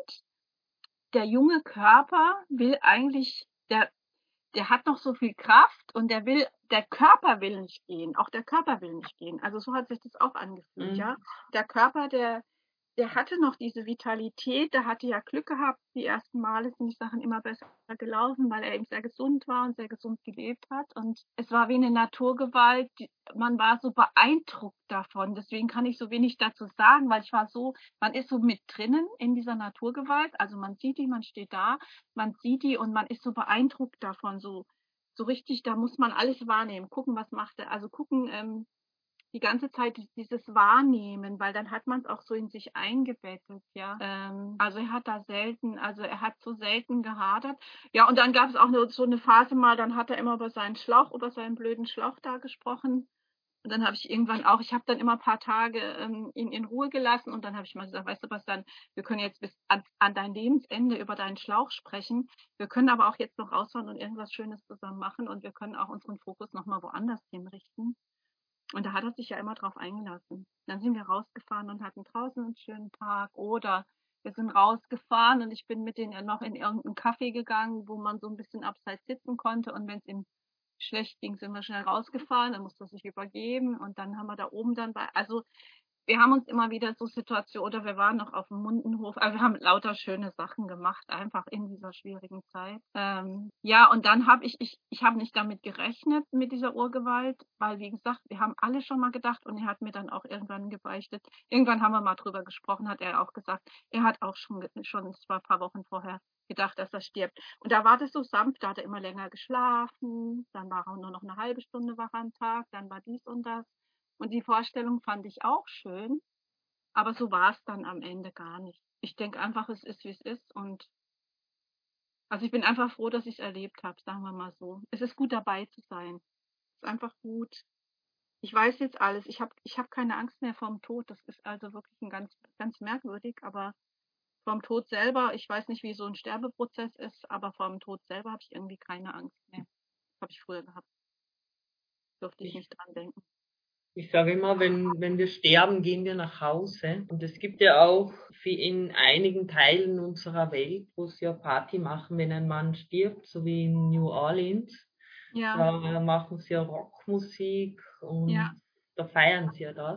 der junge Körper will eigentlich, der hat noch so viel Kraft und der Körper will nicht gehen. Auch der Körper will nicht gehen. Also so hat sich das auch angefühlt, ja. Der Körper, der hatte noch diese Vitalität, der hatte ja Glück gehabt. Die ersten Male sind die Sachen immer besser gelaufen, weil er eben sehr gesund war und sehr gesund gelebt hat. Und es war wie eine Naturgewalt. Man war so beeindruckt davon. Deswegen kann ich so wenig dazu sagen, weil man ist so mit drinnen in dieser Naturgewalt. Also man sieht die, man steht da, man sieht die und man ist so beeindruckt davon. So richtig, da muss man alles wahrnehmen, gucken, was macht er. Also gucken, die ganze Zeit dieses Wahrnehmen, weil dann hat man es auch so in sich eingebettet, ja. Also er hat so selten gehadert. Ja, und dann gab es auch so eine Phase mal, dann hat er immer über seinen blöden Schlauch da gesprochen. Und dann habe ich irgendwann auch, ich habe dann immer ein paar Tage ihn in Ruhe gelassen und dann habe ich mal gesagt, weißt du was, dann, wir können jetzt bis an dein Lebensende über deinen Schlauch sprechen. Wir können aber auch jetzt noch rausfahren und irgendwas Schönes zusammen machen und wir können auch unseren Fokus nochmal woanders hinrichten. Und da hat er sich ja immer drauf eingelassen. Dann sind wir rausgefahren und hatten draußen einen schönen Tag oder wir sind rausgefahren und ich bin mit denen noch in irgendeinen Café gegangen, wo man so ein bisschen abseits sitzen konnte und wenn es ihm schlecht ging, sind wir schnell rausgefahren, dann musste er sich übergeben und dann haben wir da oben dann also wir haben uns immer wieder so Situationen, oder wir waren noch auf dem Mundenhof, also wir haben lauter schöne Sachen gemacht, einfach in dieser schwierigen Zeit. Ja, und dann habe ich habe nicht damit gerechnet, mit dieser Urgewalt, weil wie gesagt, wir haben alle schon mal gedacht und er hat mir dann auch irgendwann gebeichtet. Irgendwann haben wir mal drüber gesprochen, hat er auch gesagt, er hat auch schon, es war ein paar Wochen vorher, gedacht, dass er stirbt. Und da war das so sanft, da hat er immer länger geschlafen, dann war er nur noch eine halbe Stunde wach am Tag, dann war dies und das. Und die Vorstellung fand ich auch schön, aber so war es dann am Ende gar nicht. Ich denke einfach, es ist, wie es ist. Und also ich bin einfach froh, dass ich es erlebt habe, sagen wir mal so. Es ist gut dabei zu sein. Es ist einfach gut. Ich weiß jetzt alles. Ich hab keine Angst mehr vorm Tod. Das ist also wirklich ein ganz merkwürdig. Aber vorm Tod selber, ich weiß nicht, wie so ein Sterbeprozess ist, aber vorm Tod selber habe ich irgendwie keine Angst mehr. Habe ich früher gehabt. Durfte ich Ich, nicht dran denken. ich sage immer, wenn wir sterben, gehen wir nach Hause. Und es gibt ja auch in einigen Teilen unserer Welt, wo sie ja Party machen, wenn ein Mann stirbt, so wie in New Orleans. Ja, Da machen sie ja Rockmusik ja, und da feiern sie ja das.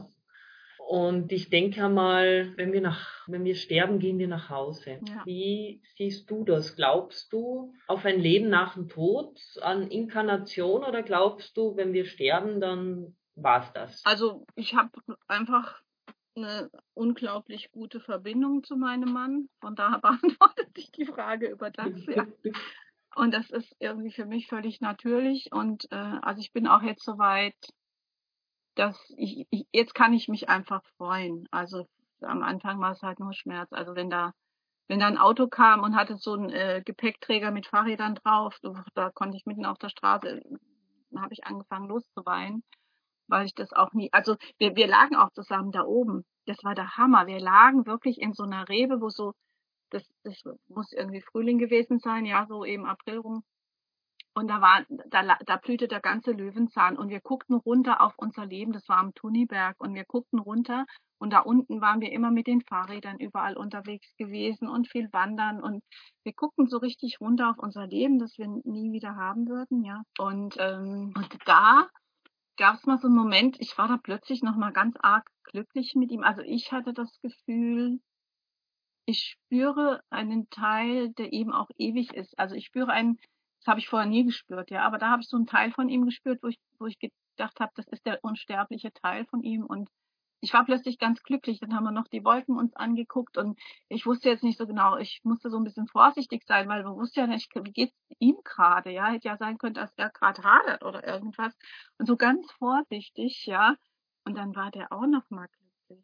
Und ich denke einmal, wenn wir sterben, gehen wir nach Hause. ja. Wie siehst du das? Glaubst du auf ein Leben nach dem Tod, an Inkarnation oder glaubst du, wenn wir sterben, dann war's das? Also ich habe einfach eine unglaublich gute Verbindung zu meinem Mann. Von daher beantwortet sich die Frage über das, ja. Und das ist irgendwie für mich völlig natürlich. Und also ich bin auch jetzt soweit, jetzt kann ich mich einfach freuen. Also am Anfang war es halt nur Schmerz. Also wenn da ein Auto kam und hatte so einen Gepäckträger mit Fahrrädern drauf, da konnte ich mitten auf der Straße, habe ich angefangen loszuweinen, weil ich das auch nie, also wir lagen auch zusammen da oben. Das war der Hammer. Wir lagen wirklich in so einer Rebe, wo so, das muss irgendwie Frühling gewesen sein, ja, so eben April rum. Und da blühte der ganze Löwenzahn und wir guckten runter auf unser Leben, das war am Tuniberg und wir guckten runter und da unten waren wir immer mit den Fahrrädern überall unterwegs gewesen und viel wandern und wir guckten so richtig runter auf unser Leben, das wir nie wieder haben würden, ja. Und da gab es mal so einen Moment, ich war da plötzlich nochmal ganz arg glücklich mit ihm. Also ich hatte das Gefühl, ich spüre einen Teil, der eben auch ewig ist. Also ich spüre das habe ich vorher nie gespürt, ja, aber da habe ich so einen Teil von ihm gespürt, wo ich gedacht habe, das ist der unsterbliche Teil von ihm und ich war plötzlich ganz glücklich. Dann haben wir noch die Wolken uns angeguckt und ich wusste jetzt nicht so genau, ich musste so ein bisschen vorsichtig sein, weil man wusste ja nicht, wie geht's ihm gerade, ja, hätte ja sein können, dass er gerade hadert oder irgendwas und so ganz vorsichtig, ja, und dann war der auch noch mal glücklich.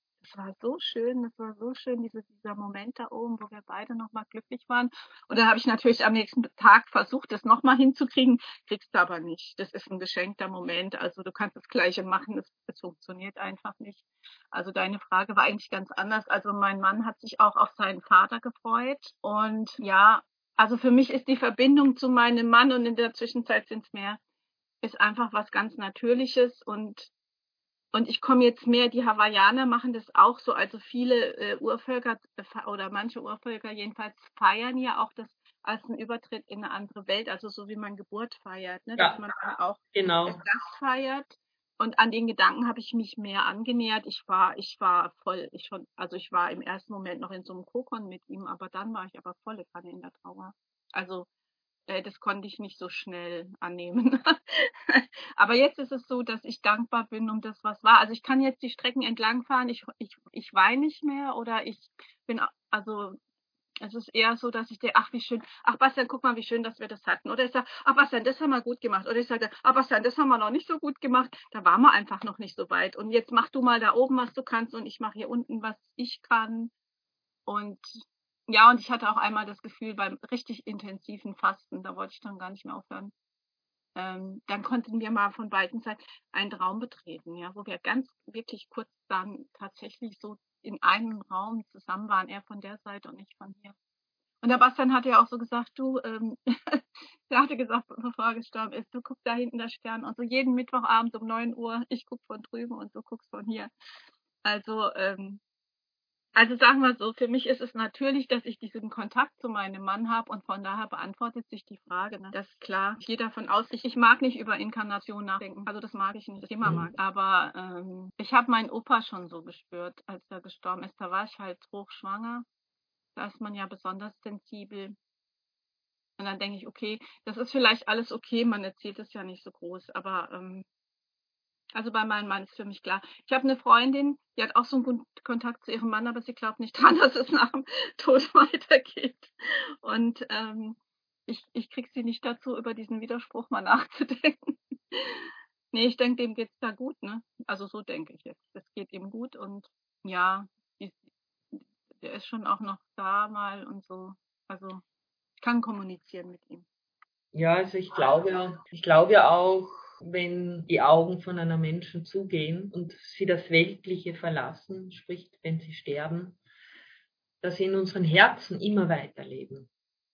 Das war so schön, dieser Moment da oben, wo wir beide nochmal glücklich waren. Und dann habe ich natürlich am nächsten Tag versucht, das nochmal hinzukriegen, kriegst du aber nicht. Das ist ein geschenkter Moment. Also du kannst das Gleiche machen, es funktioniert einfach nicht. Also deine Frage war eigentlich ganz anders. Also mein Mann hat sich auch auf seinen Vater gefreut. Und ja, also für mich ist die Verbindung zu meinem Mann und in der Zwischenzeit sind es mehr, ist einfach was ganz Natürliches und ich komme jetzt mehr, die Hawaiianer machen das auch so, also viele Urvölker oder manche Urvölker jedenfalls feiern ja auch das als einen Übertritt in eine andere Welt, also so wie man Geburt feiert, ne, dass Ja, man dann auch genau. das feiert. Und an den Gedanken habe ich mich mehr angenähert. Ich war also ich war im ersten Moment noch in so einem Kokon mit ihm, aber dann war ich aber volle Kanne in der Trauer. Also das konnte ich nicht so schnell annehmen. Aber jetzt ist es so, dass ich dankbar bin um das, was war. Also ich kann jetzt die Strecken entlang fahren, ich weine nicht mehr oder ich bin, also es ist eher so, dass ich denke, ach wie schön, ach Bastian, guck mal, wie schön, dass wir das hatten. Oder ich sage, ach Bastian, das haben wir gut gemacht. Oder ich sage, ach Bastian, das haben wir noch nicht so gut gemacht. Da waren wir einfach noch nicht so weit. Und jetzt mach du mal da oben, was du kannst und ich mache hier unten, was ich kann. Und ja, und ich hatte auch einmal das Gefühl beim richtig intensiven Fasten, da wollte ich dann gar nicht mehr aufhören. Dann konnten wir mal von beiden Seiten einen Raum betreten, ja, wo wir ganz wirklich kurz dann tatsächlich so in einem Raum zusammen waren, er von der Seite und ich von hier. Und der Bastian hatte ja auch so gesagt, du, der hatte gesagt, bevor er gestorben ist, du guckst da hinten der Stern und so jeden Mittwochabend um 9 Uhr, ich guck von drüben und du guckst von hier. Also, also sagen wir so, für mich ist es natürlich, dass ich diesen Kontakt zu meinem Mann habe und von daher beantwortet sich die Frage. Ne? Das ist klar. Ich gehe davon aus, ich mag nicht über Inkarnation nachdenken. Also das mag ich nicht, das Thema mag. Aber ich habe meinen Opa schon so gespürt, als er gestorben ist. Da war ich halt hochschwanger. Da ist man ja besonders sensibel. Und dann denke ich, okay, das ist vielleicht alles okay, man erzählt es ja nicht so groß, aber also bei meinem Mann ist für mich klar. Ich habe eine Freundin, die hat auch so einen guten Kontakt zu ihrem Mann, aber sie glaubt nicht dran, dass es nach dem Tod weitergeht. Und ich kriege sie nicht dazu, über diesen Widerspruch mal nachzudenken. Nee, ich denke, dem geht's da gut, ne? Also so denke ich jetzt. Es geht ihm gut und ja, die, der ist schon auch noch da mal und so. Also ich kann kommunizieren mit ihm. Ja, also ich glaube ja auch, wenn die Augen von einer Menschen zugehen und sie das Weltliche verlassen, sprich, wenn sie sterben, dass sie in unseren Herzen immer weiterleben.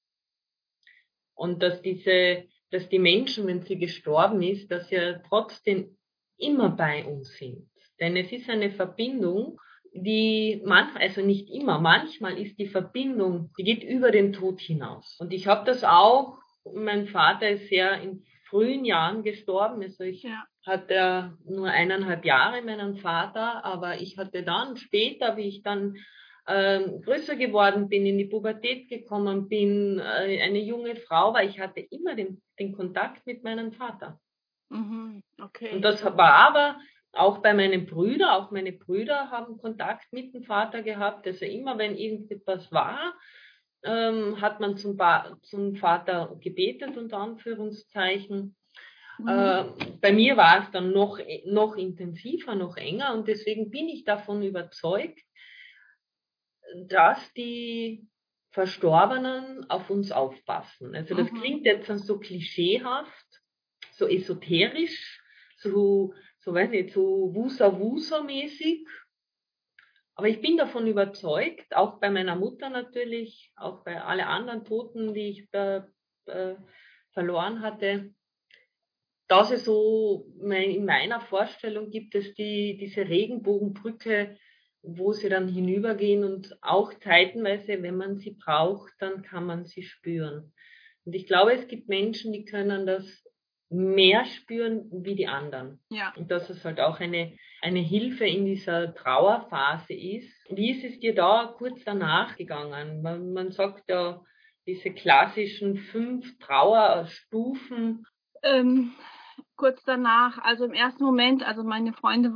Und dass die Menschen, wenn sie gestorben ist, dass sie ja trotzdem immer bei uns sind. Denn es ist eine Verbindung, also nicht immer, manchmal ist die Verbindung, die geht über den Tod hinaus. Und ich habe das auch, mein Vater ist sehr in frühen Jahren gestorben, also ich hatte nur 1,5 Jahre meinen Vater, aber ich hatte dann später, wie ich dann größer geworden bin, in die Pubertät gekommen bin, eine junge Frau war, ich hatte immer den Kontakt mit meinem Vater. Okay. Und das war aber auch bei meinen Brüdern, auch meine Brüder haben Kontakt mit dem Vater gehabt. Also immer, wenn irgendetwas war, hat man zum Vater gebetet, unter Anführungszeichen. Bei mir war es dann noch intensiver, noch enger und deswegen bin ich davon überzeugt, dass die Verstorbenen auf uns aufpassen. Also das klingt jetzt so klischeehaft, so esoterisch, weiß nicht, so Wusa-Wusa-mäßig. Aber ich bin davon überzeugt, auch bei meiner Mutter natürlich, auch bei alle anderen Toten, die ich verloren hatte, dass es so in meiner Vorstellung gibt es diese Regenbogenbrücke, wo sie dann hinübergehen und auch zeitenweise, wenn man sie braucht, dann kann man sie spüren. Und ich glaube, es gibt Menschen, die können das mehr spüren wie die anderen. Ja. Und dass es halt auch eine Hilfe in dieser Trauerphase ist. Wie ist es dir da kurz danach gegangen? Man sagt ja diese klassischen 5 Trauerstufen. Kurz danach, also im ersten Moment, also meine Freunde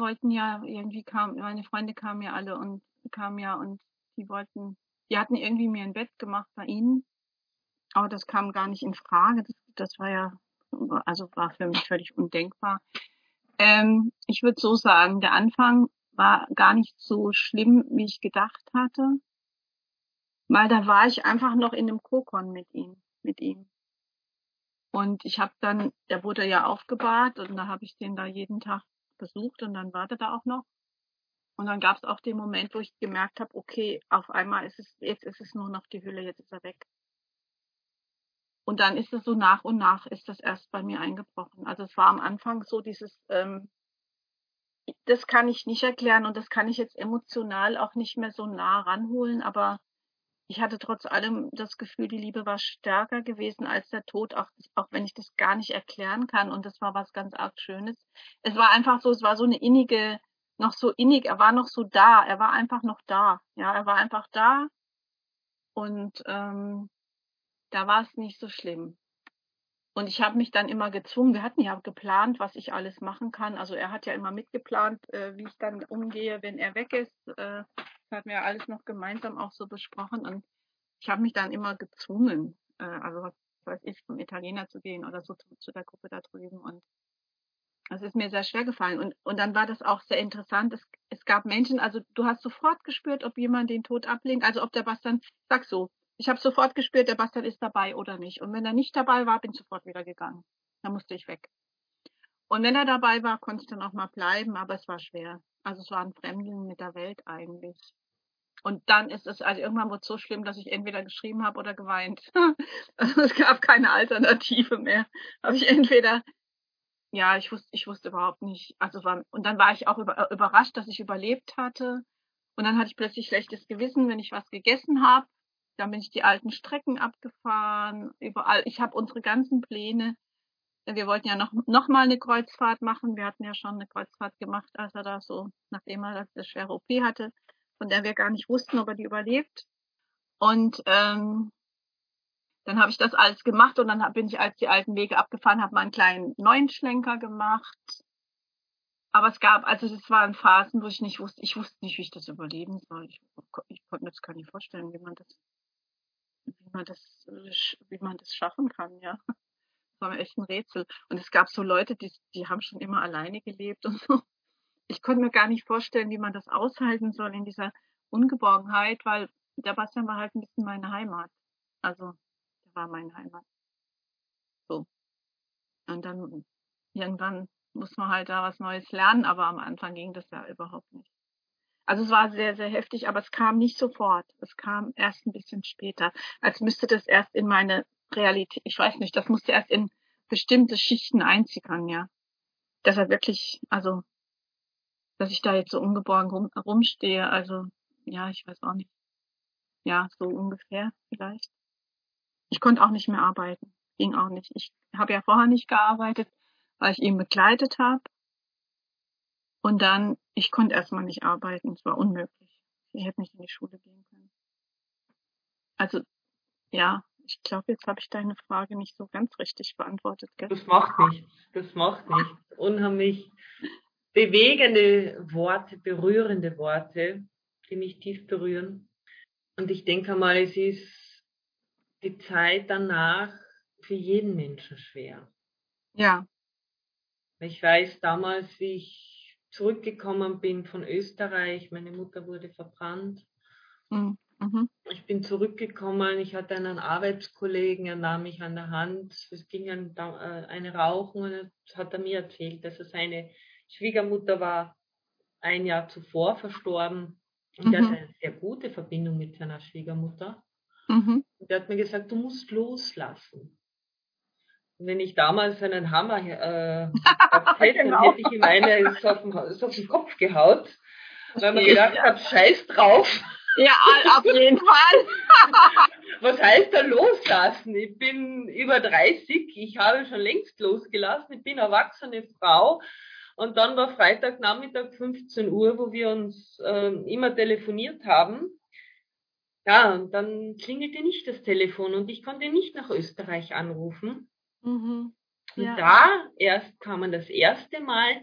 kamen ja alle und die hatten irgendwie mir ein Bett gemacht bei ihnen, aber das kam gar nicht in Frage. Das war für mich völlig undenkbar. Ich würde so sagen, der Anfang war gar nicht so schlimm, wie ich gedacht hatte, weil da war ich einfach noch in einem Kokon mit ihm. Und der wurde ja aufgebahrt und da habe ich den da jeden Tag besucht und dann war der da auch noch. Und dann gab es auch den Moment, wo ich gemerkt habe, okay, auf einmal ist es nur noch die Hülle, jetzt ist er weg. Und dann ist es so nach und nach ist das erst bei mir eingebrochen. Also es war am Anfang so das kann ich nicht erklären und das kann ich jetzt emotional auch nicht mehr so nah ranholen, aber ich hatte trotz allem das Gefühl, die Liebe war stärker gewesen als der Tod, auch wenn ich das gar nicht erklären kann. Und das war was ganz arg Schönes. Es war einfach so, es war so eine noch so innig, er war noch so da, er war einfach noch da. Ja, er war einfach da und da war es nicht so schlimm. Und ich habe mich dann immer gezwungen, wir hatten ja geplant, was ich alles machen kann. Also er hat ja immer mitgeplant, wie ich dann umgehe, wenn er weg ist. Das hatten wir ja alles noch gemeinsam auch so besprochen. Und ich habe mich dann immer gezwungen, also was weiß ich, zum Italiener zu gehen oder so zu der Gruppe da drüben. Und das ist mir sehr schwer gefallen. Und dann war das auch sehr interessant. Es gab Menschen, also du hast sofort gespürt, ob jemand den Tod ablehnt, also ob der Bastian, sag so, ich habe sofort gespürt, der Bastian ist dabei oder nicht. Und wenn er nicht dabei war, bin ich sofort wieder gegangen. Da musste ich weg. Und wenn er dabei war, konnte ich dann auch mal bleiben, aber es war schwer. Also es war ein Fremdeln mit der Welt eigentlich. Und dann ist es, also irgendwann wurde es so schlimm, dass ich entweder geschrieben habe oder geweint. Also es gab keine Alternative mehr. Habe ich entweder, ja, ich wusste überhaupt nicht. Und dann war ich auch überrascht, dass ich überlebt hatte. Und dann hatte ich plötzlich schlechtes Gewissen, wenn ich was gegessen habe. Dann bin ich die alten Strecken abgefahren, überall. Ich habe unsere ganzen Pläne. Wir wollten ja noch mal eine Kreuzfahrt machen. Wir hatten ja schon eine Kreuzfahrt gemacht, nachdem er das schwere OP hatte, von der wir gar nicht wussten, ob er die überlebt. Und dann habe ich das alles gemacht und dann bin ich als die alten Wege abgefahren, habe mal einen kleinen neuen Schlenker gemacht. Aber das waren Phasen, wo ich wusste nicht, wie ich das überleben soll. Ich konnte mir das gar nicht vorstellen, wie man das schaffen kann, ja. Das war mir echt ein Rätsel. Und es gab so Leute, die haben schon immer alleine gelebt und so. Ich konnte mir gar nicht vorstellen, wie man das aushalten soll in dieser Ungeborgenheit, weil der Bastian war halt ein bisschen meine Heimat. Also, der war meine Heimat. So. Und dann irgendwann muss man halt da was Neues lernen, aber am Anfang ging das ja überhaupt nicht. Also es war sehr, sehr heftig, aber es kam nicht sofort. Es kam erst ein bisschen später. Als müsste das erst in meine Realität, ich weiß nicht, das musste erst in bestimmte Schichten einsickern, ja. Dass er wirklich, also, dass ich da jetzt so ungeborgen rumstehe, also, ja, ich weiß auch nicht. Ja, so ungefähr vielleicht. Ich konnte auch nicht mehr arbeiten. Ging auch nicht. Ich habe ja vorher nicht gearbeitet, weil ich ihn begleitet habe. Und dann, ich konnte erstmal nicht arbeiten. Es war unmöglich. Ich hätte nicht in die Schule gehen können. Also, ja, ich glaube, jetzt habe ich deine Frage nicht so ganz richtig beantwortet, gell? Das macht nichts. Das macht nichts. Unheimlich bewegende Worte, berührende Worte, die mich tief berühren. Und ich denke mal, es ist die Zeit danach für jeden Menschen schwer. Ja. Ich weiß damals, wie ich zurückgekommen bin von Österreich, meine Mutter wurde verbrannt. Mhm. Ich bin zurückgekommen, ich hatte einen Arbeitskollegen, er nahm mich an der Hand, es ging eine Rauchen und das hat er mir erzählt, dass seine Schwiegermutter war ein Jahr zuvor verstorben und er hatte eine sehr gute Verbindung mit seiner Schwiegermutter. Mhm. Und der hat mir gesagt, du musst loslassen. Und wenn ich damals einen Hammer gehabt hätte, dann Genau. hätte ich ihm eine so auf den Kopf gehaut, weil man Verstehe ich, gedacht ja. habe, scheiß drauf. Ja, auf jeden Fall. Was heißt da loslassen? Ich bin über 30, ich habe schon längst losgelassen, ich bin eine erwachsene Frau. Und dann war Freitagnachmittag 15 Uhr, wo wir uns immer telefoniert haben. Ja, und dann klingelte nicht das Telefon und ich konnte nicht nach Österreich anrufen. Mhm. Und Ja. da erst kamen das erste Mal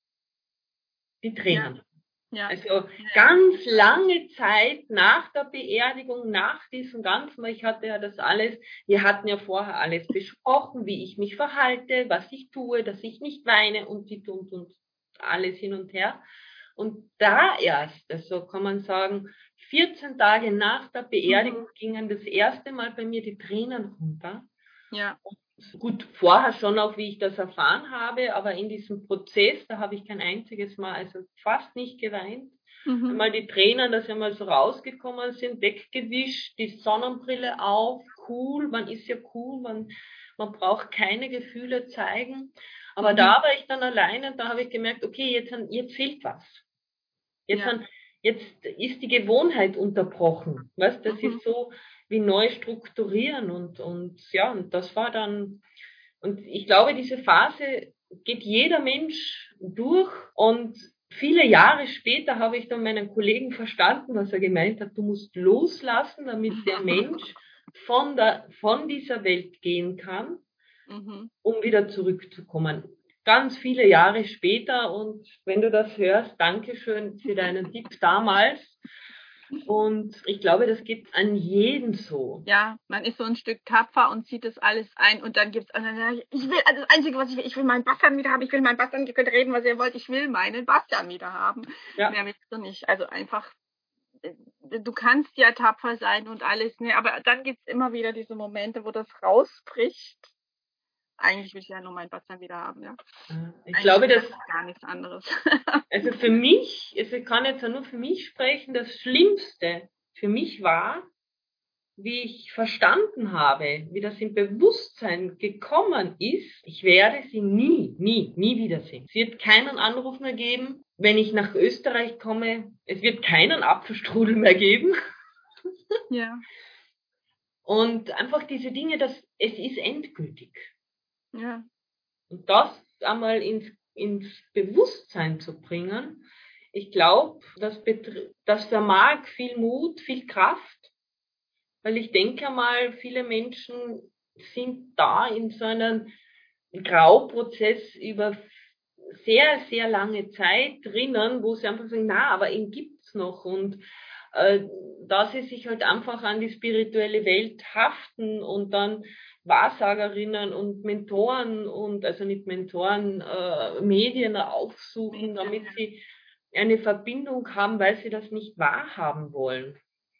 die Tränen. Ja. Also ganz lange Zeit nach der Beerdigung, nach diesem Ganzen, weil ich hatte ja das alles, wir hatten ja vorher alles besprochen, wie ich mich verhalte, was ich tue, dass ich nicht weine und alles hin und her. Und da erst, also kann man sagen, 14 Tage nach der Beerdigung gingen das erste Mal bei mir die Tränen runter. Ja. Gut, vorher schon auch, wie ich das erfahren habe, aber in diesem Prozess, da habe ich kein einziges Mal, also fast nicht geweint. Einmal die Tränen, dass sie mal so rausgekommen sind, weggewischt, die Sonnenbrille auf, cool, man ist ja cool, man braucht keine Gefühle zeigen. Aber da war ich dann alleine und da habe ich gemerkt, okay, jetzt fehlt was. Jetzt ist die Gewohnheit unterbrochen. Weißt, das ist so wie neu strukturieren und ja, und das war dann, und ich glaube, diese Phase geht jeder Mensch durch und viele Jahre später habe ich dann meinen Kollegen verstanden, was er gemeint hat, du musst loslassen, damit der Mensch von dieser Welt gehen kann, um wieder zurückzukommen. Ganz viele Jahre später und wenn du das hörst, Dankeschön für deinen Tipp damals. Und ich glaube, das geht an jeden so. Ja, man ist so ein Stück tapfer und zieht das alles ein und dann gibt's ich will, also das Einzige, was ich will meinen Bastian wieder haben, ich will meinen Bastian, ihr könnt reden, was ihr wollt, ich will meinen Bastian wieder haben. Ja. Mehr willst du nicht. Also einfach, du kannst ja tapfer sein und alles, ne, aber dann gibt's immer wieder diese Momente, wo das rausbricht. Eigentlich will ich ja nur meinen Bastian wieder haben, ja. Ich glaube, dass gar nichts anderes. also für mich, ich kann jetzt nur für mich sprechen, das Schlimmste für mich war, wie ich verstanden habe, wie das im Bewusstsein gekommen ist, ich werde sie nie wiedersehen. Es wird keinen Anruf mehr geben, wenn ich nach Österreich komme. Es wird keinen Apfelstrudel mehr geben. Ja. Und einfach diese Dinge, es ist endgültig. Ja. Und das einmal ins Bewusstsein zu bringen, ich glaube, das vermag viel Mut, viel Kraft, weil ich denke mal, viele Menschen sind da in so einem Grauprozess über sehr, sehr lange Zeit drinnen, wo sie einfach sagen, na, aber ihn gibt's noch und da sie sich halt einfach an die spirituelle Welt haften und dann Wahrsagerinnen und Mentoren und, also nicht Mentoren, Medien aufsuchen, damit sie eine Verbindung haben, weil sie das nicht wahrhaben wollen.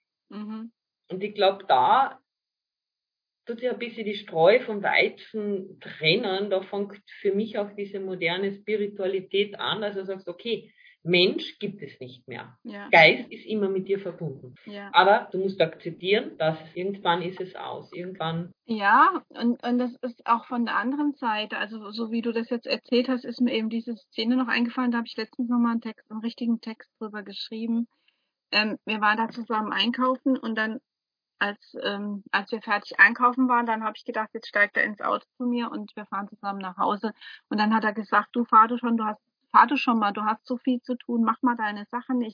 Und ich glaube, da tut sich ein bisschen die Spreu vom Weizen trennen. Da fängt für mich auch diese moderne Spiritualität an. Also du sagst, okay, Mensch gibt es nicht mehr. Ja. Geist ist immer mit dir verbunden. Ja. Aber du musst akzeptieren, dass irgendwann ist es aus. Irgendwann. Ja, und das ist auch von der anderen Seite, also so wie du das jetzt erzählt hast, ist mir eben diese Szene noch eingefallen, da habe ich letztens nochmal einen richtigen Text drüber geschrieben. Wir waren da zusammen einkaufen und dann, als wir fertig einkaufen waren, dann habe ich gedacht, jetzt steigt er ins Auto zu mir und wir fahren zusammen nach Hause. Und dann hat er gesagt, fahr du schon mal, du hast so viel zu tun, mach mal deine Sachen,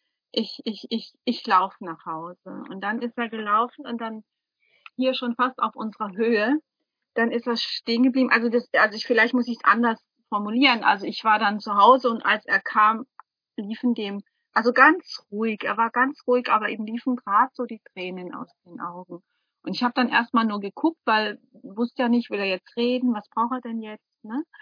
ich laufe nach Hause. Und dann ist er gelaufen und dann hier schon fast auf unserer Höhe, dann ist er stehen geblieben. Vielleicht muss ich es anders formulieren. Also ich war dann zu Hause und als er kam, liefen dem, also ganz ruhig, er war ganz ruhig, aber ihm liefen gerade so die Tränen aus den Augen. Und ich habe dann erstmal nur geguckt, weil wusste ja nicht, will er jetzt reden, was braucht er denn jetzt, ne?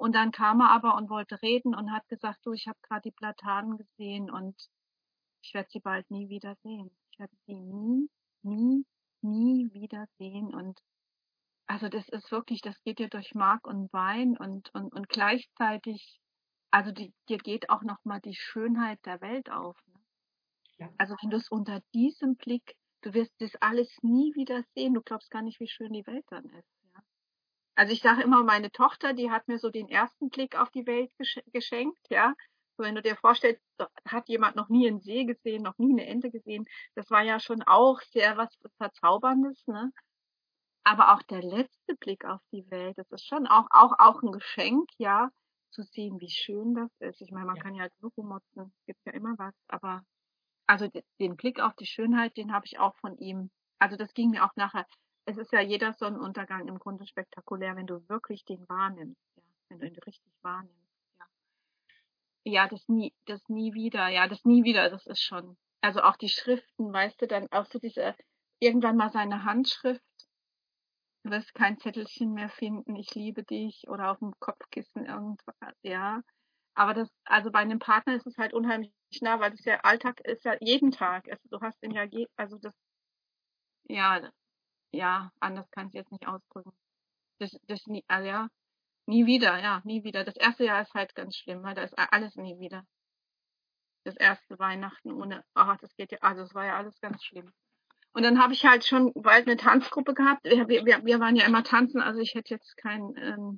Und dann kam er aber und wollte reden und hat gesagt, du, ich habe gerade die Platanen gesehen und ich werde sie bald nie wieder sehen. Ich werde sie nie, nie, nie wieder sehen. Und also das ist wirklich, das geht dir durch Mark und Bein und gleichzeitig, also dir geht auch nochmal die Schönheit der Welt auf. Ne? Ja. Also wenn du es unter diesem Blick, du wirst das alles nie wieder sehen, du glaubst gar nicht, wie schön die Welt dann ist. Ja? Also ich sage immer, meine Tochter, die hat mir so den ersten Blick auf die Welt geschenkt, ja. So, wenn du dir vorstellst, hat jemand noch nie einen See gesehen, noch nie eine Ente gesehen, das war ja schon auch sehr was Verzauberndes, ne? Aber auch der letzte Blick auf die Welt, das ist schon auch ein Geschenk, ja, zu sehen, wie schön das ist. Ich meine, man kann ja so rummotzen, gibt ja immer was, aber also den Blick auf die Schönheit, den habe ich auch von ihm. Also das ging mir auch nachher. Es ist ja jeder Sonnenuntergang im Grunde spektakulär, wenn du wirklich den wahrnimmst, ja, wenn du ihn richtig wahrnimmst, ja. Ja, das nie wieder, ja, das nie wieder, das ist schon. Also auch die Schriften, weißt du, dann auch so irgendwann mal seine Handschrift. Du wirst kein Zettelchen mehr finden, ich liebe dich oder auf dem Kopfkissen irgendwas, ja. Aber also bei einem Partner ist es halt unheimlich nah, weil das ja Alltag ist ja jeden Tag. Also du hast ihn ja, also das, ja, ja, anders kann ich jetzt nicht ausdrücken. Das nie, also ja, nie wieder, ja, nie wieder. Das erste Jahr ist halt ganz schlimm, weil da ist alles nie wieder. Das erste Weihnachten ohne, das geht ja, also es war ja alles ganz schlimm. Und dann habe ich halt schon bald eine Tanzgruppe gehabt. Wir waren ja immer tanzen, also ich hätte jetzt kein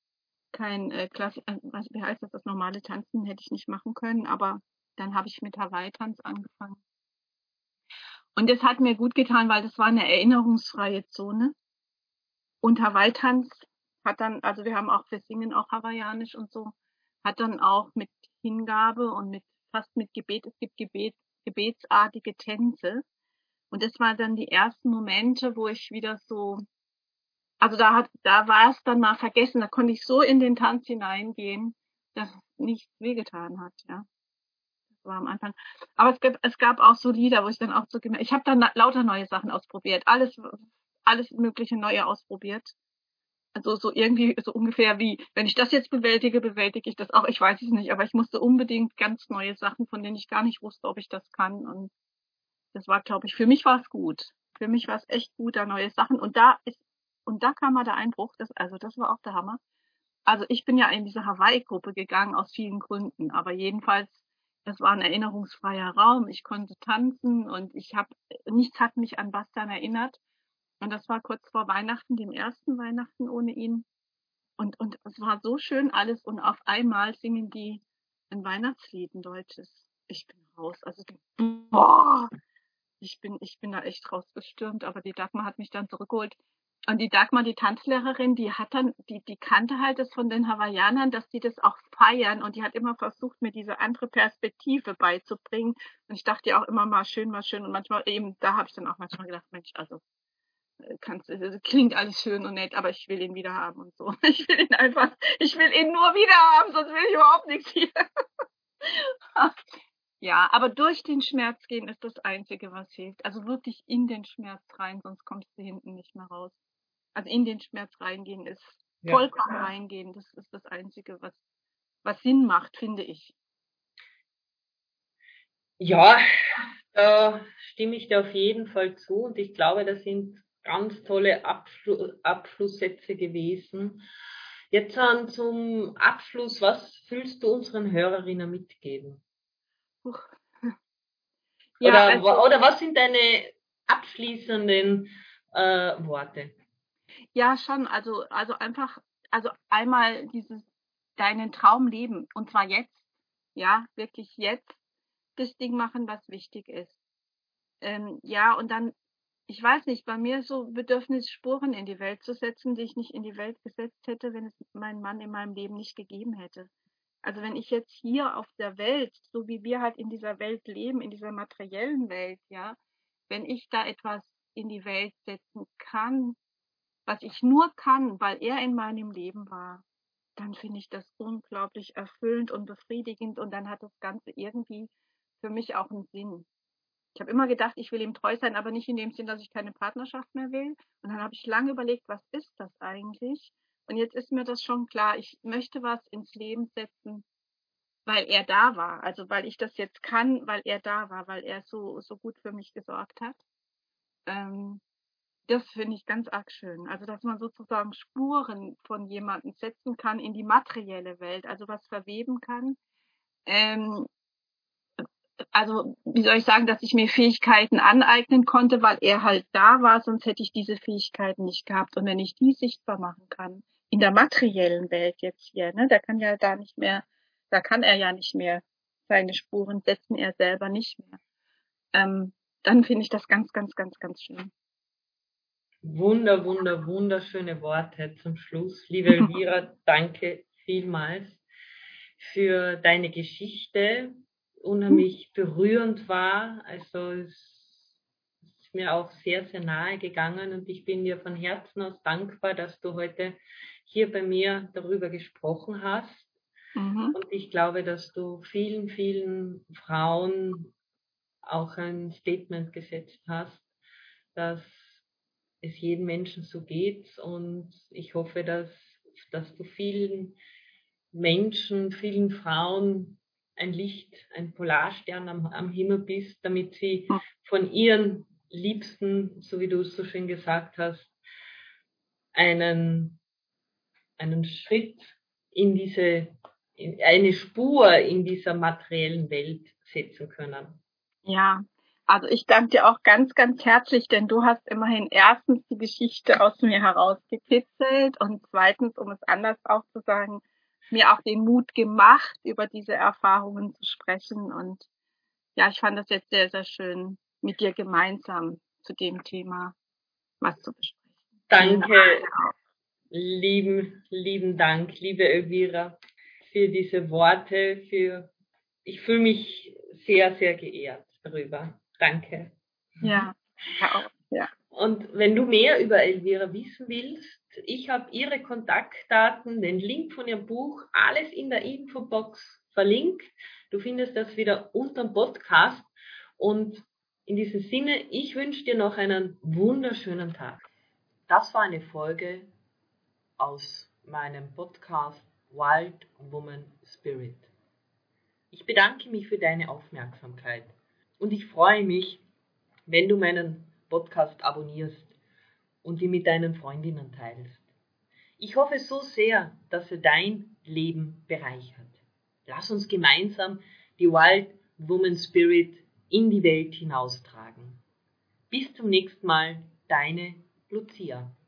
wie heißt das normale Tanzen hätte ich nicht machen können, aber dann habe ich mit Hawaii-Tanz angefangen. Und das hat mir gut getan, weil das war eine erinnerungsfreie Zone. Und Hawaii-Tanz hat dann, also wir singen auch hawaiianisch und so, hat dann auch mit Hingabe und fast mit Gebet, es gibt gebetsartige Tänze. Und das waren dann die ersten Momente, wo ich wieder so, also da war es dann mal vergessen, da konnte ich so in den Tanz hineingehen, dass es nichts wehgetan hat, ja. Das war am Anfang. Aber es gab auch so Lieder, wo ich dann auch so gemerkt, ich habe dann lauter neue Sachen ausprobiert, alles mögliche Neue ausprobiert. Also so irgendwie, so ungefähr wie, wenn ich das jetzt bewältige ich das auch. Ich weiß es nicht, aber ich musste unbedingt ganz neue Sachen, von denen ich gar nicht wusste, ob ich das kann. Und das war, glaube ich, für mich war es gut. Für mich war es echt gut, da neue Sachen. Und da kam mal der Einbruch, also das war auch der Hammer. Also ich bin ja in diese Hawaii-Gruppe gegangen aus vielen Gründen, aber jedenfalls, es war ein erinnerungsfreier Raum. Ich konnte tanzen und nichts hat mich an Bastian erinnert. Und das war kurz vor Weihnachten, dem ersten Weihnachten ohne ihn. Und es war so schön alles und auf einmal singen die ein Weihnachtslied, ein deutsches. Ich bin raus. Also, boah, ich bin da echt rausgestürmt, aber die Dagmar hat mich dann zurückgeholt. Und die Dagmar, die Tanzlehrerin, die kannte halt das von den Hawaiianern, dass die das auch feiern. Und die hat immer versucht, mir diese andere Perspektive beizubringen. Und ich dachte ja auch immer mal schön, mal schön. Und manchmal eben, da habe ich dann auch manchmal gedacht, Mensch, also klingt alles schön und nett, aber ich will ihn wieder haben und so. Ich will ihn nur wieder haben, sonst will ich überhaupt nichts hier. Ja, aber durch den Schmerz gehen ist das Einzige, was hilft. Also wirklich in den Schmerz rein, sonst kommst du hinten nicht mehr raus. Also in den Schmerz reingehen ist vollkommen reingehen. Das ist das Einzige, was Sinn macht, finde ich. Ja, da stimme ich dir auf jeden Fall zu und ich glaube, das sind ganz tolle Abschlusssätze gewesen. Jetzt zum Abschluss, was fühlst du unseren Hörerinnen mitgeben? Ja, oder was sind deine abschließenden Worte? Ja, schon. Also einfach, also einmal deinen Traum leben. Und zwar jetzt. Ja, wirklich jetzt das Ding machen, was wichtig ist. Ja, und dann, ich weiß nicht, bei mir ist so Bedürfnis, Spuren in die Welt zu setzen, die ich nicht in die Welt gesetzt hätte, wenn es meinen Mann in meinem Leben nicht gegeben hätte. Also wenn ich jetzt hier auf der Welt, so wie wir halt in dieser Welt leben, in dieser materiellen Welt, ja, wenn ich da etwas in die Welt setzen kann, was ich nur kann, weil er in meinem Leben war, dann finde ich das unglaublich erfüllend und befriedigend und dann hat das Ganze irgendwie für mich auch einen Sinn. Ich habe immer gedacht, ich will ihm treu sein, aber nicht in dem Sinn, dass ich keine Partnerschaft mehr will. Und dann habe ich lange überlegt, was ist das eigentlich? Und jetzt ist mir das schon klar, ich möchte was ins Leben setzen, weil er da war. Also, weil ich das jetzt kann, weil er da war, weil er so gut für mich gesorgt hat. Ähm, Das finde ich ganz arg schön. Also, dass man sozusagen Spuren von jemandem setzen kann in die materielle Welt, also was verweben kann. Ähm, also, wie soll ich sagen, dass ich mir Fähigkeiten aneignen konnte, weil er halt da war, sonst hätte ich diese Fähigkeiten nicht gehabt. Und wenn ich die sichtbar machen kann, in der materiellen Welt jetzt hier, ne, da kann er ja nicht mehr seine Spuren setzen, er selber nicht mehr. Dann finde ich das ganz, ganz, ganz, ganz schön. Wunderschöne Worte zum Schluss. Liebe Elvira, danke vielmals für deine Geschichte. Unheimlich berührend war. Also es ist mir auch sehr, sehr nahe gegangen und ich bin dir von Herzen aus dankbar, dass du heute hier bei mir darüber gesprochen hast. Mhm. Und ich glaube, dass du vielen, vielen Frauen auch ein Statement gesetzt hast, dass es jedem Menschen so geht. Und ich hoffe, dass du vielen Menschen, vielen Frauen ein Licht, ein Polarstern am Himmel bist, damit sie von ihren Liebsten, so wie du es so schön gesagt hast, einen Schritt eine Spur in dieser materiellen Welt setzen können. Ja, also ich danke dir auch ganz, ganz herzlich, denn du hast immerhin erstens die Geschichte aus mir herausgekitzelt und zweitens, um es anders auch zu sagen, mir auch den Mut gemacht, über diese Erfahrungen zu sprechen. Und ja, ich fand das jetzt sehr, sehr schön, mit dir gemeinsam zu dem Thema was zu besprechen. Danke, lieben Dank, liebe Elvira, für diese Worte. Ich fühle mich sehr, sehr geehrt darüber. Danke. Ja, auch. Ja. Und wenn du mehr über Elvira wissen willst, ich habe ihre Kontaktdaten, den Link von ihrem Buch, alles in der Infobox verlinkt. Du findest das wieder unter dem Podcast. Und in diesem Sinne, ich wünsche dir noch einen wunderschönen Tag. Das war eine Folge aus meinem Podcast Wild Woman Spirit. Ich bedanke mich für deine Aufmerksamkeit und ich freue mich, wenn du meinen Podcast abonnierst und ihn mit deinen Freundinnen teilst. Ich hoffe so sehr, dass er dein Leben bereichert. Lass uns gemeinsam die Wild Woman Spirit in die Welt hinaustragen. Bis zum nächsten Mal, deine Lucia.